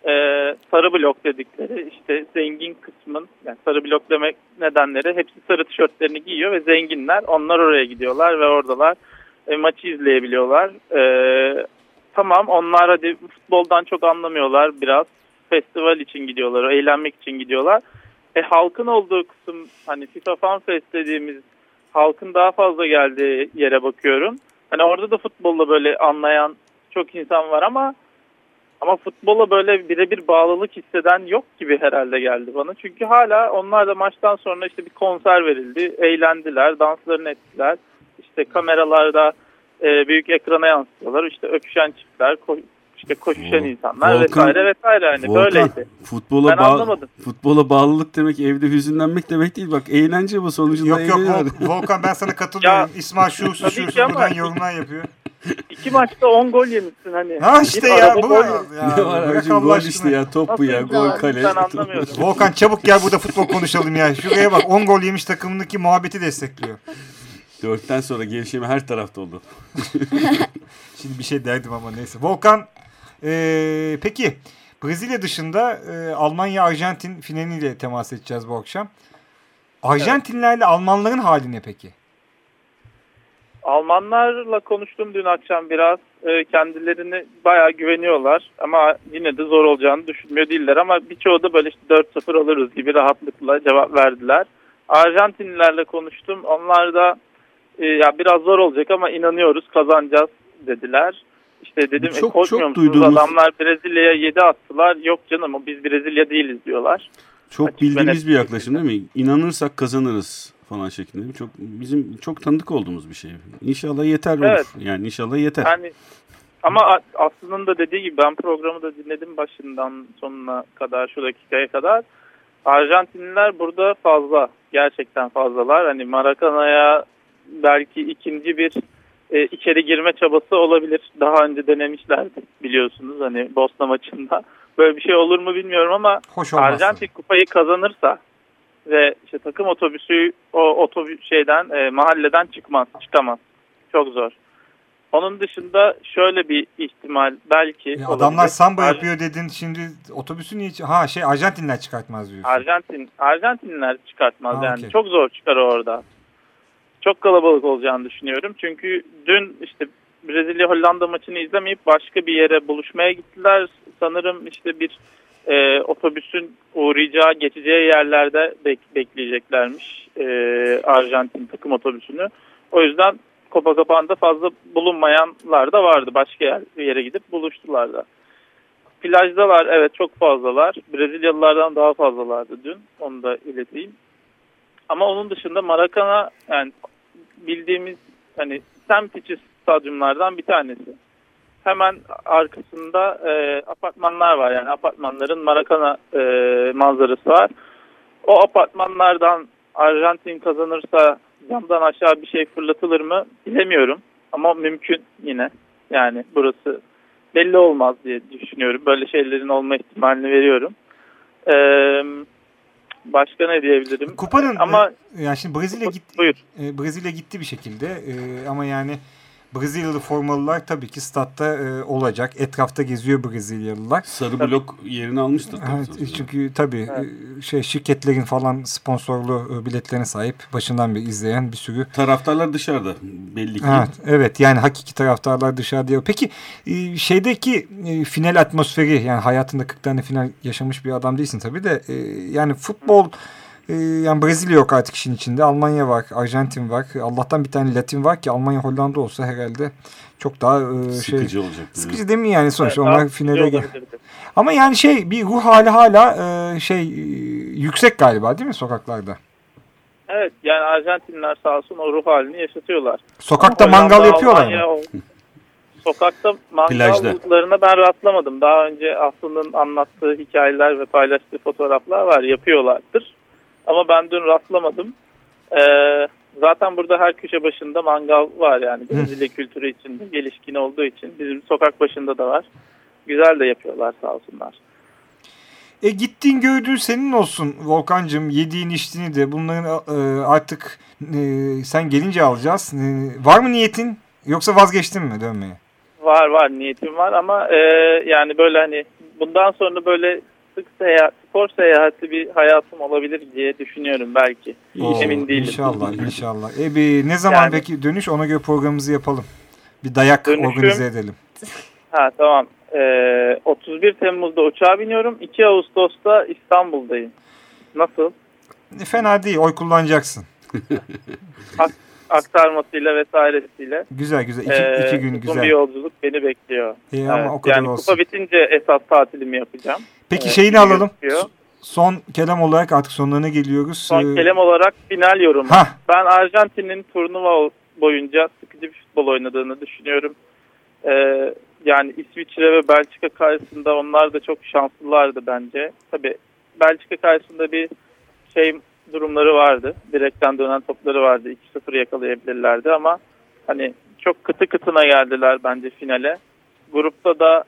sarı blok dedikleri işte zengin kısmın, yani sarı blok demek nedenleri, hepsi sarı tişörtlerini giyiyor ve zenginler, onlar oraya gidiyorlar ve oradalar maçı izleyebiliyorlar. Tamam, onlar hadi futboldan çok anlamıyorlar, biraz festival için gidiyorlar, eğlenmek için gidiyorlar. Halkın olduğu kısım, hani FIFA Fan Fest dediğimiz halkın daha fazla geldiği yere bakıyorum. Hani orada da futbolla böyle anlayan çok insan var ama futbola böyle birebir bağlılık hisseden yok gibi herhalde geldi bana. Çünkü hala onlar da maçtan sonra işte bir konser verildi, eğlendiler, danslarını ettiler. İşte kameralarda büyük ekrana yansıtıyorlar. İşte öpüşen çiftler, işte koşuşan insanlar vesaire hani böyleydi. Ben anlamadım. Futbola bağlılık demek evde hüzünlenmek demek değil. Bak, eğlence bu, sonucunda eğleniyor. Yok Volkan, ben sana katılıyorum. İsmail şu buradan yorumlar yapıyor. 2 maçta 10 gol yemişsin hani. Ha işte ya bu Ne var abicim, gol işte ya, top bu ya, gol kale. Ben anlamıyorum. Volkan çabuk gel, burada futbol konuşalım ya. Şuraya bak, 10 gol yemiş takımındaki muhabbeti destekliyor. 4'ten sonra gelişimi her tarafta oldu. Şimdi bir şey derdim ama neyse. Volkan, peki Brezilya dışında Almanya-Arjantin finaliyle temas edeceğiz bu akşam. Arjantinlerle Almanların hali ne peki? Almanlarla konuştum dün akşam biraz. Kendilerini bayağı güveniyorlar ama yine de zor olacağını düşünmüyor değiller, ama birçoğu da böyle işte 4-0 alırız gibi rahatlıkla cevap verdiler. Arjantinlilerle konuştum. Onlar da ya biraz zor olacak ama inanıyoruz, kazanacağız dediler. İşte dedim korkmuyor musunuz? Adamlar Brezilya'ya 7 attılar. Yok canım, biz Brezilya değiliz diyorlar. Çok açık bildiğimiz bir yaklaşım değil mi? İnanırsak kazanırız falan şeklinde. Bizim çok tanıdık olduğumuz bir şey. İnşallah yeter olur. Evet. Yani inşallah yeter. Yani ama Aslı'nın da dediği gibi, ben programı da dinledim başından sonuna kadar, şu dakikaya kadar. Arjantinliler burada fazla. Gerçekten fazlalar. Hani Maracana'ya belki ikinci bir içeri girme çabası olabilir. Daha önce denemişlerdi biliyorsunuz, hani Bosna maçında. Böyle bir şey olur mu bilmiyorum ama Arjantin kupayı kazanırsa ve işte takım otobüsü mahalleden çıkamaz. Çok zor. Onun dışında şöyle bir ihtimal belki adamlar samba yapıyor dedin, şimdi otobüsü niye Arjantinler çıkartmaz diyorsun. Arjantinler çıkartmaz yani. Okay. Çok zor çıkar orada. Çok kalabalık olacağını düşünüyorum. Çünkü dün işte Brezilya Hollanda maçını izlemeyip başka bir yere buluşmaya gittiler. Sanırım işte bir otobüsün uğrayacağı, geçeceği yerlerde bekleyeceklermiş Arjantin takım otobüsünü. O yüzden Copacabana'da fazla bulunmayanlar da vardı. Başka yere gidip buluştular da. Plajdalar, evet, çok fazlalar. Brezilyalılardan daha fazlalardı dün. Onu da ileteyim. Ama onun dışında Maracana, yani bildiğimiz hani semt içi stadyumlardan bir tanesi. Hemen arkasında apartmanlar var, yani apartmanların Maracana manzarası var. O apartmanlardan Arjantin kazanırsa camdan aşağı bir şey fırlatılır mı bilemiyorum, ama mümkün yine. Yani burası belli olmaz diye düşünüyorum. Böyle şeylerin olma ihtimalini veriyorum. Başka ne diyebilirim? Kupanın ama yani şimdi Brezilya gitti bir şekilde ama yani Brezilyalı formalılar tabii ki statta olacak. Etrafta geziyor Brezilyalılar. Sarı blok yerini almıştır. Evet, çünkü tabii şirketlerin falan sponsorlu biletlerine sahip, başından beri izleyen bir sürü. Taraftarlar dışarıda belli ki. Evet, yani hakiki taraftarlar dışarıda. Peki şeydeki final atmosferi, yani hayatında 40 tane final yaşamış bir adam değilsin tabii de yani futbol, yani Brezilya yok artık işin içinde. Almanya var, Arjantin var. Allah'tan bir tane Latin var ki Almanya Hollanda olsa herhalde çok daha sıkıcı olacak. Sıkıcı değil mi yani sonuçta? Evet, onlar finale gel. Ama yani bir ruh hali hala yüksek galiba, değil mi sokaklarda? Evet, yani Arjantinler sağ olsun o ruh halini yaşatıyorlar. Sokakta mangal yapıyorlar mı? Sokakta mangallarına ben rastlamadım. Daha önce Aslı'nın anlattığı hikayeler ve paylaştığı fotoğraflar var, yapıyorlardır. Ama ben dün rastlamadım. Zaten burada her köşe başında mangal var, yani Brezilya kültürü içinde gelişkin olduğu için. Bizim sokak başında da var. Güzel de yapıyorlar sağ olsunlar. Gittiğin gördüğün senin olsun Volkan'cığım, yediğin içtiğini de bunların artık sen gelince alacağız. Var mı niyetin, yoksa vazgeçtin mi dönmeye? Var niyetim var ama yani böyle hani bundan sonra böyle sık spor seyahati bir hayatım olabilir diye düşünüyorum belki. Emin değilim. İnşallah. Ne zaman Yani- peki dönüş, ona göre programımızı yapalım. Bir dayak Dönüşüm- organize edelim. Ha tamam. 31 Temmuz'da uçağa biniyorum. 2 Ağustos'ta İstanbul'dayım. Nasıl? Fena değil, oy kullanacaksın. Aktarmasıyla vesairesiyle. Güzel. İki gün Uzun güzel. bir yolculuk beni bekliyor. Ama o kadar yani olsun. kupa bitince esas tatilimi yapacağım. Peki şeyini alalım. Gözüküyor. Son kelam olarak artık sonlarına geliyoruz. Son kelam olarak final yorumu. Hah. Ben Arjantin'in turnuva boyunca sıkıcı bir futbol oynadığını düşünüyorum. Yani İsviçre ve Belçika karşısında onlar da çok şanslılardı bence. Tabii Belçika karşısında bir durumları vardı. Direkten dönen topları vardı. 2-0 yakalayabilirlerdi ama hani çok kıtı kıtına geldiler bence finale. Grupta da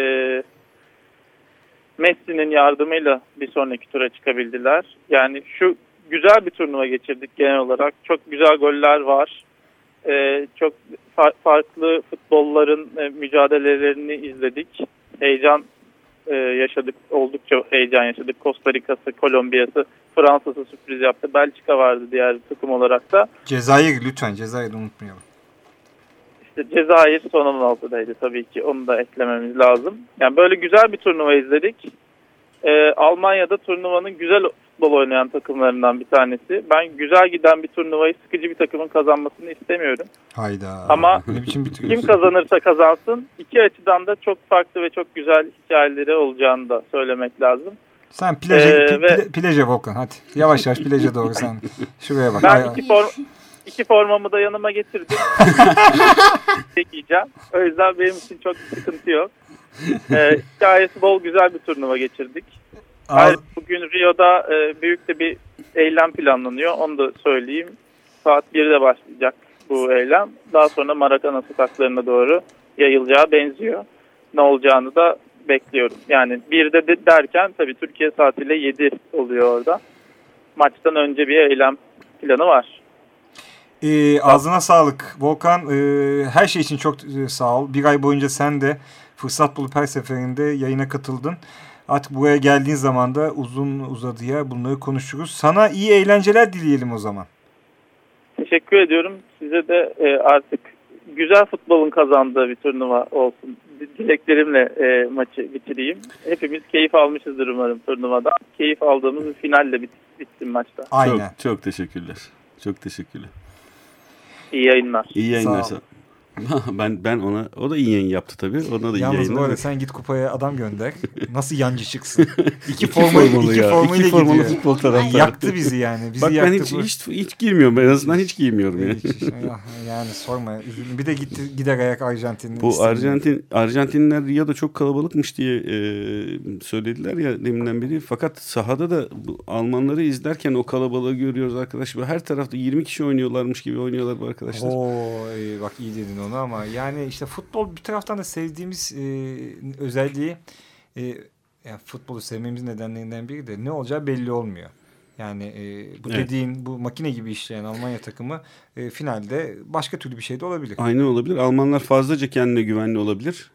Messi'nin yardımıyla bir sonraki tura çıkabildiler. Yani şu güzel bir turnuva geçirdik genel olarak. Çok güzel goller var. Çok farklı futbolların mücadelelerini izledik. Heyecan yaşadık. Oldukça heyecan yaşadık. Costa Rica'sı, Kolombiya'sı, Fransa'sı sürpriz yaptı. Belçika vardı diğer takım olarak da. Cezayir, lütfen Cezayir'i unutmayalım. İşte Cezayir son 16'daydı tabii ki. Onu da eklememiz lazım. Yani böyle güzel bir turnuva izledik. Almanya'da turnuvanın güzel futbol oynayan takımlarından bir tanesi. Ben güzel giden bir turnuvayı sıkıcı bir takımın kazanmasını istemiyorum. Hayda. Ama ne biçim kim kazanırsa kazansın, iki açıdan da çok farklı ve çok güzel hikayeleri olacağını da söylemek lazım. Sen plaja Volkan, hadi. Yavaş plaja doğru sen. Şuraya bak. Ben iki formamı da yanıma getirdim. Giyeceğim. O yüzden benim için çok sıkıntı yok. Hikayesi bol güzel bir turnuva geçirdik. Ayrıca bugün Rio'da büyük de bir eylem planlanıyor. Onu da söyleyeyim. Saat 1'de başlayacak bu eylem. Daha sonra Maracana sokaklarına doğru yayılacağı benziyor. Ne olacağını da bekliyorum. Yani 1'de derken tabii Türkiye saatiyle 7 oluyor orada. Maçtan önce bir eylem planı var. Ağzına sağlık Volkan. Her şey için çok sağ ol. Bir ay boyunca sen de fırsat bulup her seferinde yayına katıldın. Artık buraya geldiğin zaman da uzun uzadıya bunları konuşuruz. Sana iyi eğlenceler dileyelim o zaman. Teşekkür ediyorum. Size de artık güzel futbolun kazandığı bir turnuva olsun. Dileklerimle maçı bitireyim. Hepimiz keyif almışızdır umarım turnuvadan. Keyif aldığımız bir finalle bitsin maçta. Aynen. Çok teşekkürler. Çok teşekkürler. İyi yayınlar. İyi yayınlar. Sağ ol. Ben ona, o da iyi yayın yaptı tabii. Ona da iyi Yalnız bu yayınlar. arada sen git kupaya adam gönder. Nasıl yancı çıksın? İki formalı gidiyor. futbol taraftarı. Yaktı bizi yani. Bizi Bak yaktı. ben hiç girmiyorum. En azından hiç giymiyorum yani. Yani sorma. Bir de gider ayak Arjantin'in. Bu Arjantinliler Rio'da çok kalabalıkmış diye söylediler ya deminden beri. Fakat sahada da bu Almanları izlerken o kalabalığı görüyoruz arkadaşlar. Her tarafta 20 kişi oynuyorlarmış gibi oynuyorlar bu arkadaşlar. Bak iyi dedin onu ama yani işte futbol bir taraftan da sevdiğimiz özelliği yani futbolu sevmemizin nedenlerinden biri de ne olacağı belli olmuyor. Yani bu dediğin bu makine gibi işleyen Almanya takımı finalde başka türlü bir şey de olabilir. Aynen olabilir. Almanlar fazlaca kendine güvenli olabilir.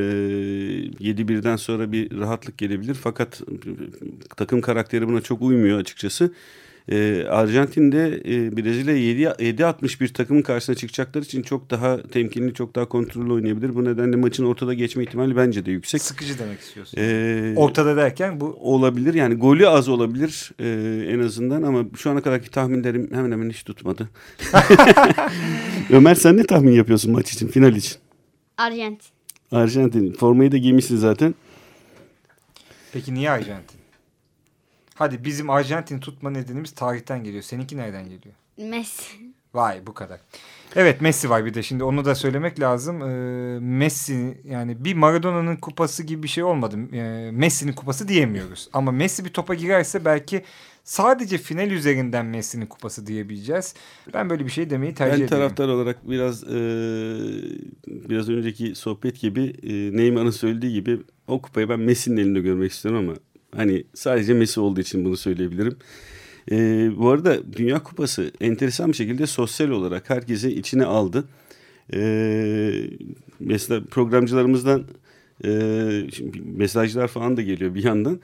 7-1'den sonra bir rahatlık gelebilir. Fakat takım karakteri buna çok uymuyor açıkçası. Arjantin'de Brezilya 7-61 takımın karşısına çıkacakları için çok daha temkinli, çok daha kontrollü oynayabilir. Bu nedenle maçın ortada geçme ihtimali bence de yüksek. Sıkıcı demek istiyorsun. Ortada derken bu olabilir. Yani golü az olabilir en azından ama şu ana kadarki tahminlerim hemen hemen hiç tutmadı. Ömer sen ne tahmin yapıyorsun maç için, final için? Arjantin. Formayı da giymişsin zaten. Peki niye Arjantin? Hadi bizim Arjantin tutma nedenimiz tarihten geliyor. Seninki nereden geliyor? Messi. Vay bu kadar. Evet Messi var bir de şimdi onu da söylemek lazım. Messi yani bir Maradona'nın kupası gibi bir şey olmadı. Messi'nin kupası diyemiyoruz. Ama Messi bir topa girerse belki sadece final üzerinden Messi'nin kupası diyebileceğiz. Ben böyle bir şey demeyi tercih ederim. Ben taraftar olarak biraz önceki sohbet gibi Neymar'ın söylediği gibi o kupayı ben Messi'nin elinde görmek istiyorum ama hani sadece Messi olduğu için bunu söyleyebilirim. Bu arada Dünya Kupası enteresan bir şekilde sosyal olarak herkesi içine aldı. Mesela programcılarımızdan Şimdi mesajlar falan da geliyor bir yandan.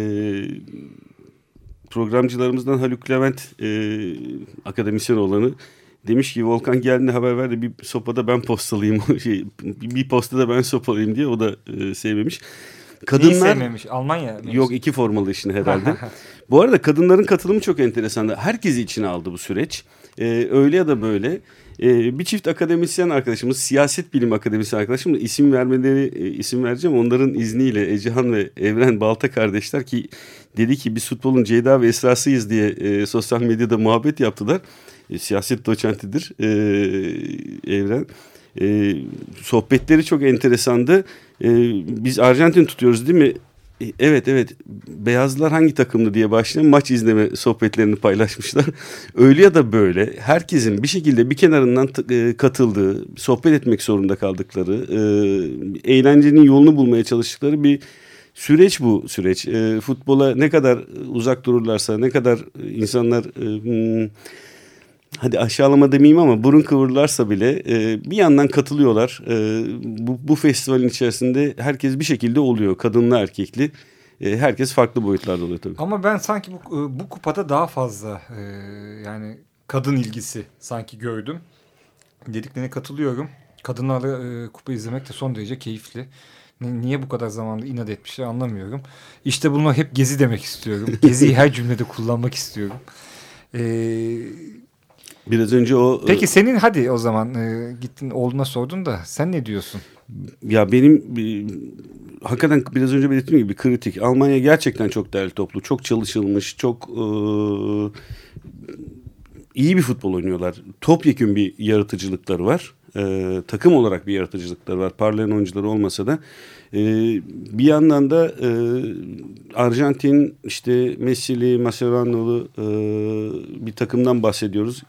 Programcılarımızdan Haluk Levent akademisyen olanı demiş ki Volkan geldiğinde haber ver de bir sopada ben postalayayım. Bir postada ben sopalayayım diye o da sevmemiş. Neyi sevmemiş? Almanya mı? Yok, iki formalı işini herhalde. Bu arada kadınların katılımı çok enteresan. Herkesi içine aldı bu süreç. Öyle ya da böyle. Bir çift akademisyen arkadaşımız, siyaset bilimi akademisyen arkadaşımız, isim vereceğim. Onların izniyle Ecehan ve Evren Balta kardeşler ki dedi ki biz futbolun Ceyda ve Esra'sıyız diye sosyal medyada muhabbet yaptılar. Siyaset doçentidir Evren. Sohbetleri çok enteresandı. Biz Arjantin tutuyoruz değil mi? Evet. Beyazlar hangi takımdı diye başlayan maç izleme sohbetlerini paylaşmışlar. Öyle ya da böyle herkesin bir şekilde bir kenarından katıldığı, sohbet etmek zorunda kaldıkları, eğlencenin yolunu bulmaya çalıştıkları bir süreç bu süreç. Futbola ne kadar uzak dururlarsa, ne kadar insanlar hadi aşağılama demeyeyim ama burun kıvırırlarsa bile bir yandan katılıyorlar. Bu festivalin içerisinde herkes bir şekilde oluyor. Kadınlı erkekli. Herkes farklı boyutlarda oluyor tabii. Ama ben sanki bu kupada daha fazla yani kadın ilgisi sanki gördüm. Dediklerine katılıyorum. Kadınlarla kupa izlemek de son derece keyifli. Niye bu kadar zamandır inat etmişler anlamıyorum. İşte bunu hep Gezi demek istiyorum. Gezi'yi her cümlede kullanmak istiyorum. Biraz önce o... Peki senin hadi o zaman gittin oğluna sordun da sen ne diyorsun? Ya benim hakikaten biraz önce belirttiğim gibi kritik. Almanya gerçekten çok değerli toplu. Çok çalışılmış, çok iyi bir futbol oynuyorlar. Topyekün bir yaratıcılıkları var. Takım olarak bir yaratıcılıkları var. Parlayan oyuncuları olmasa da. Bir yandan da Arjantin işte Messi'li, Mascherano'lu bir takımdan bahsediyoruz.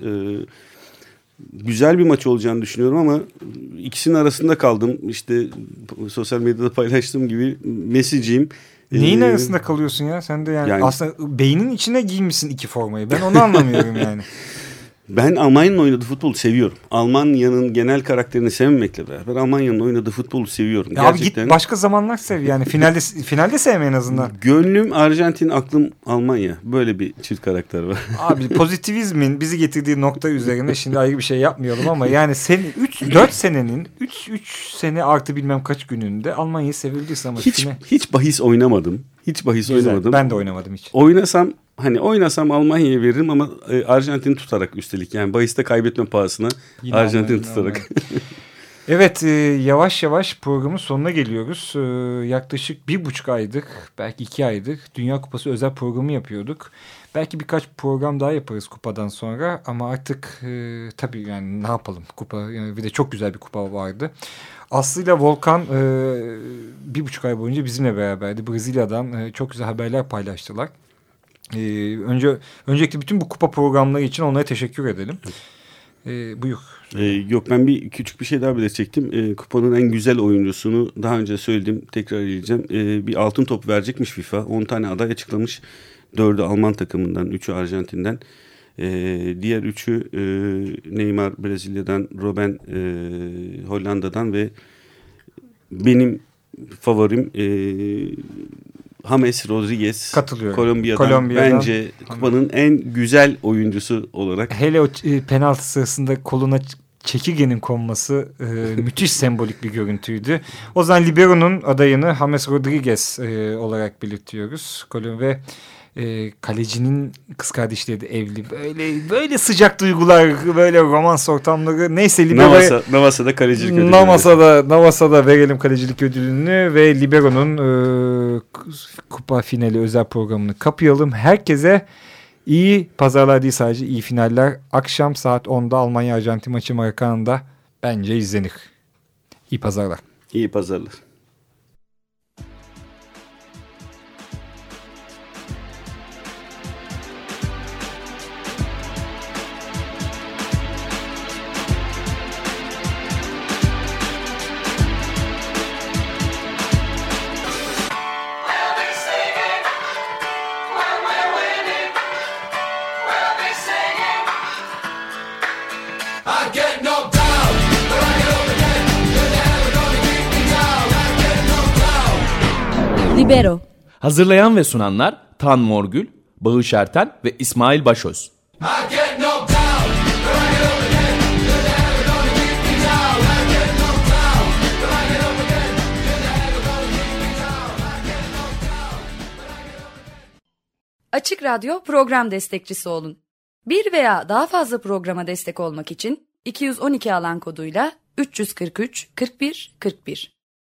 Güzel bir maç olacağını düşünüyorum ama ikisinin arasında kaldım. İşte sosyal medyada paylaştığım gibi Messi'ciyim. Neyin arasında kalıyorsun ya? Sen de yani aslında beynin içine giymişsin iki formayı. Ben onu anlamıyorum yani. Ben Almanya'nın oynadığı futbolu seviyorum. Almanya'nın genel karakterini sevmemekle beraber Almanya'nın oynadığı futbolu seviyorum. Ya gerçekten. Abi git başka zamanlar sev yani. Finalde sevme en azından. Gönlüm Arjantin, aklım Almanya. Böyle bir çift karakter var. Abi pozitivizmin bizi getirdiği nokta üzerine şimdi ayrı bir şey yapmayalım ama yani 4 senenin 3 sene artı bilmem kaç gününde Almanya'yı sevildiyse ama hiç bahis oynamadım. Oynamadım. Ben de oynamadım hiç. Oynasam Almanya'ya veririm ama Arjantin'i tutarak üstelik. Yani bahiste kaybetme pahasına yine Arjantin'i tutarak. Evet, yavaş yavaş programın sonuna geliyoruz. Yaklaşık 1,5 aydır, belki 2 aydır Dünya Kupası özel programı yapıyorduk. Belki birkaç program daha yaparız kupadan sonra ama artık tabii yani ne yapalım kupa yani bir de çok güzel bir kupa vardı. Aslı ile Volkan 1,5 ay boyunca bizimle beraberdi. Brezilya'dan çok güzel haberler paylaştılar. Öncelikle bütün bu kupa programları için onlara teşekkür edelim. Buyur. Yok ben küçük bir şey daha belirtecektim. Kupanın en güzel oyuncusunu daha önce söyledim, tekrar edeceğim. Bir altın top verecekmiş FIFA. 10 tane aday açıklamış. 4'ü Alman takımından, 3'ü Arjantin'den. Diğer 3'ü Neymar Brezilya'dan, Robben Hollanda'dan ve benim favorim James Rodriguez Kolombiya'dan bence kupanın en güzel oyuncusu olarak. Hele o penaltı sırasında koluna çekirgenin konması müthiş sembolik bir görüntüydü. O zaman Libero'nun adayını James Rodriguez olarak belirtiyoruz. Ve kalecinin kız kardeşleri de evli. Böyle sıcak duygular, böyle romans ortamları. Neyse Navasa'da kalecilik ödülünü. Navasa'da verelim kalecilik ödülünü ve Libero'nun kupa finali özel programını kapayalım. Herkese iyi pazarlar değil sadece iyi finaller. Akşam saat 10'da Almanya-Arjantin maçı Maracana'da bence izlenir. İyi pazarlar. İyi pazarlar. I get knocked down, but I get up again. You're never gonna keep me down. I get knocked down. Libero. Hazırlayan ve sunanlar Tan Morgül, Bağış Erten ve İsmail Başöz. Açık Radyo program destekçisi olun. Bir veya daha fazla programa destek olmak için 212 alan koduyla 343 41 41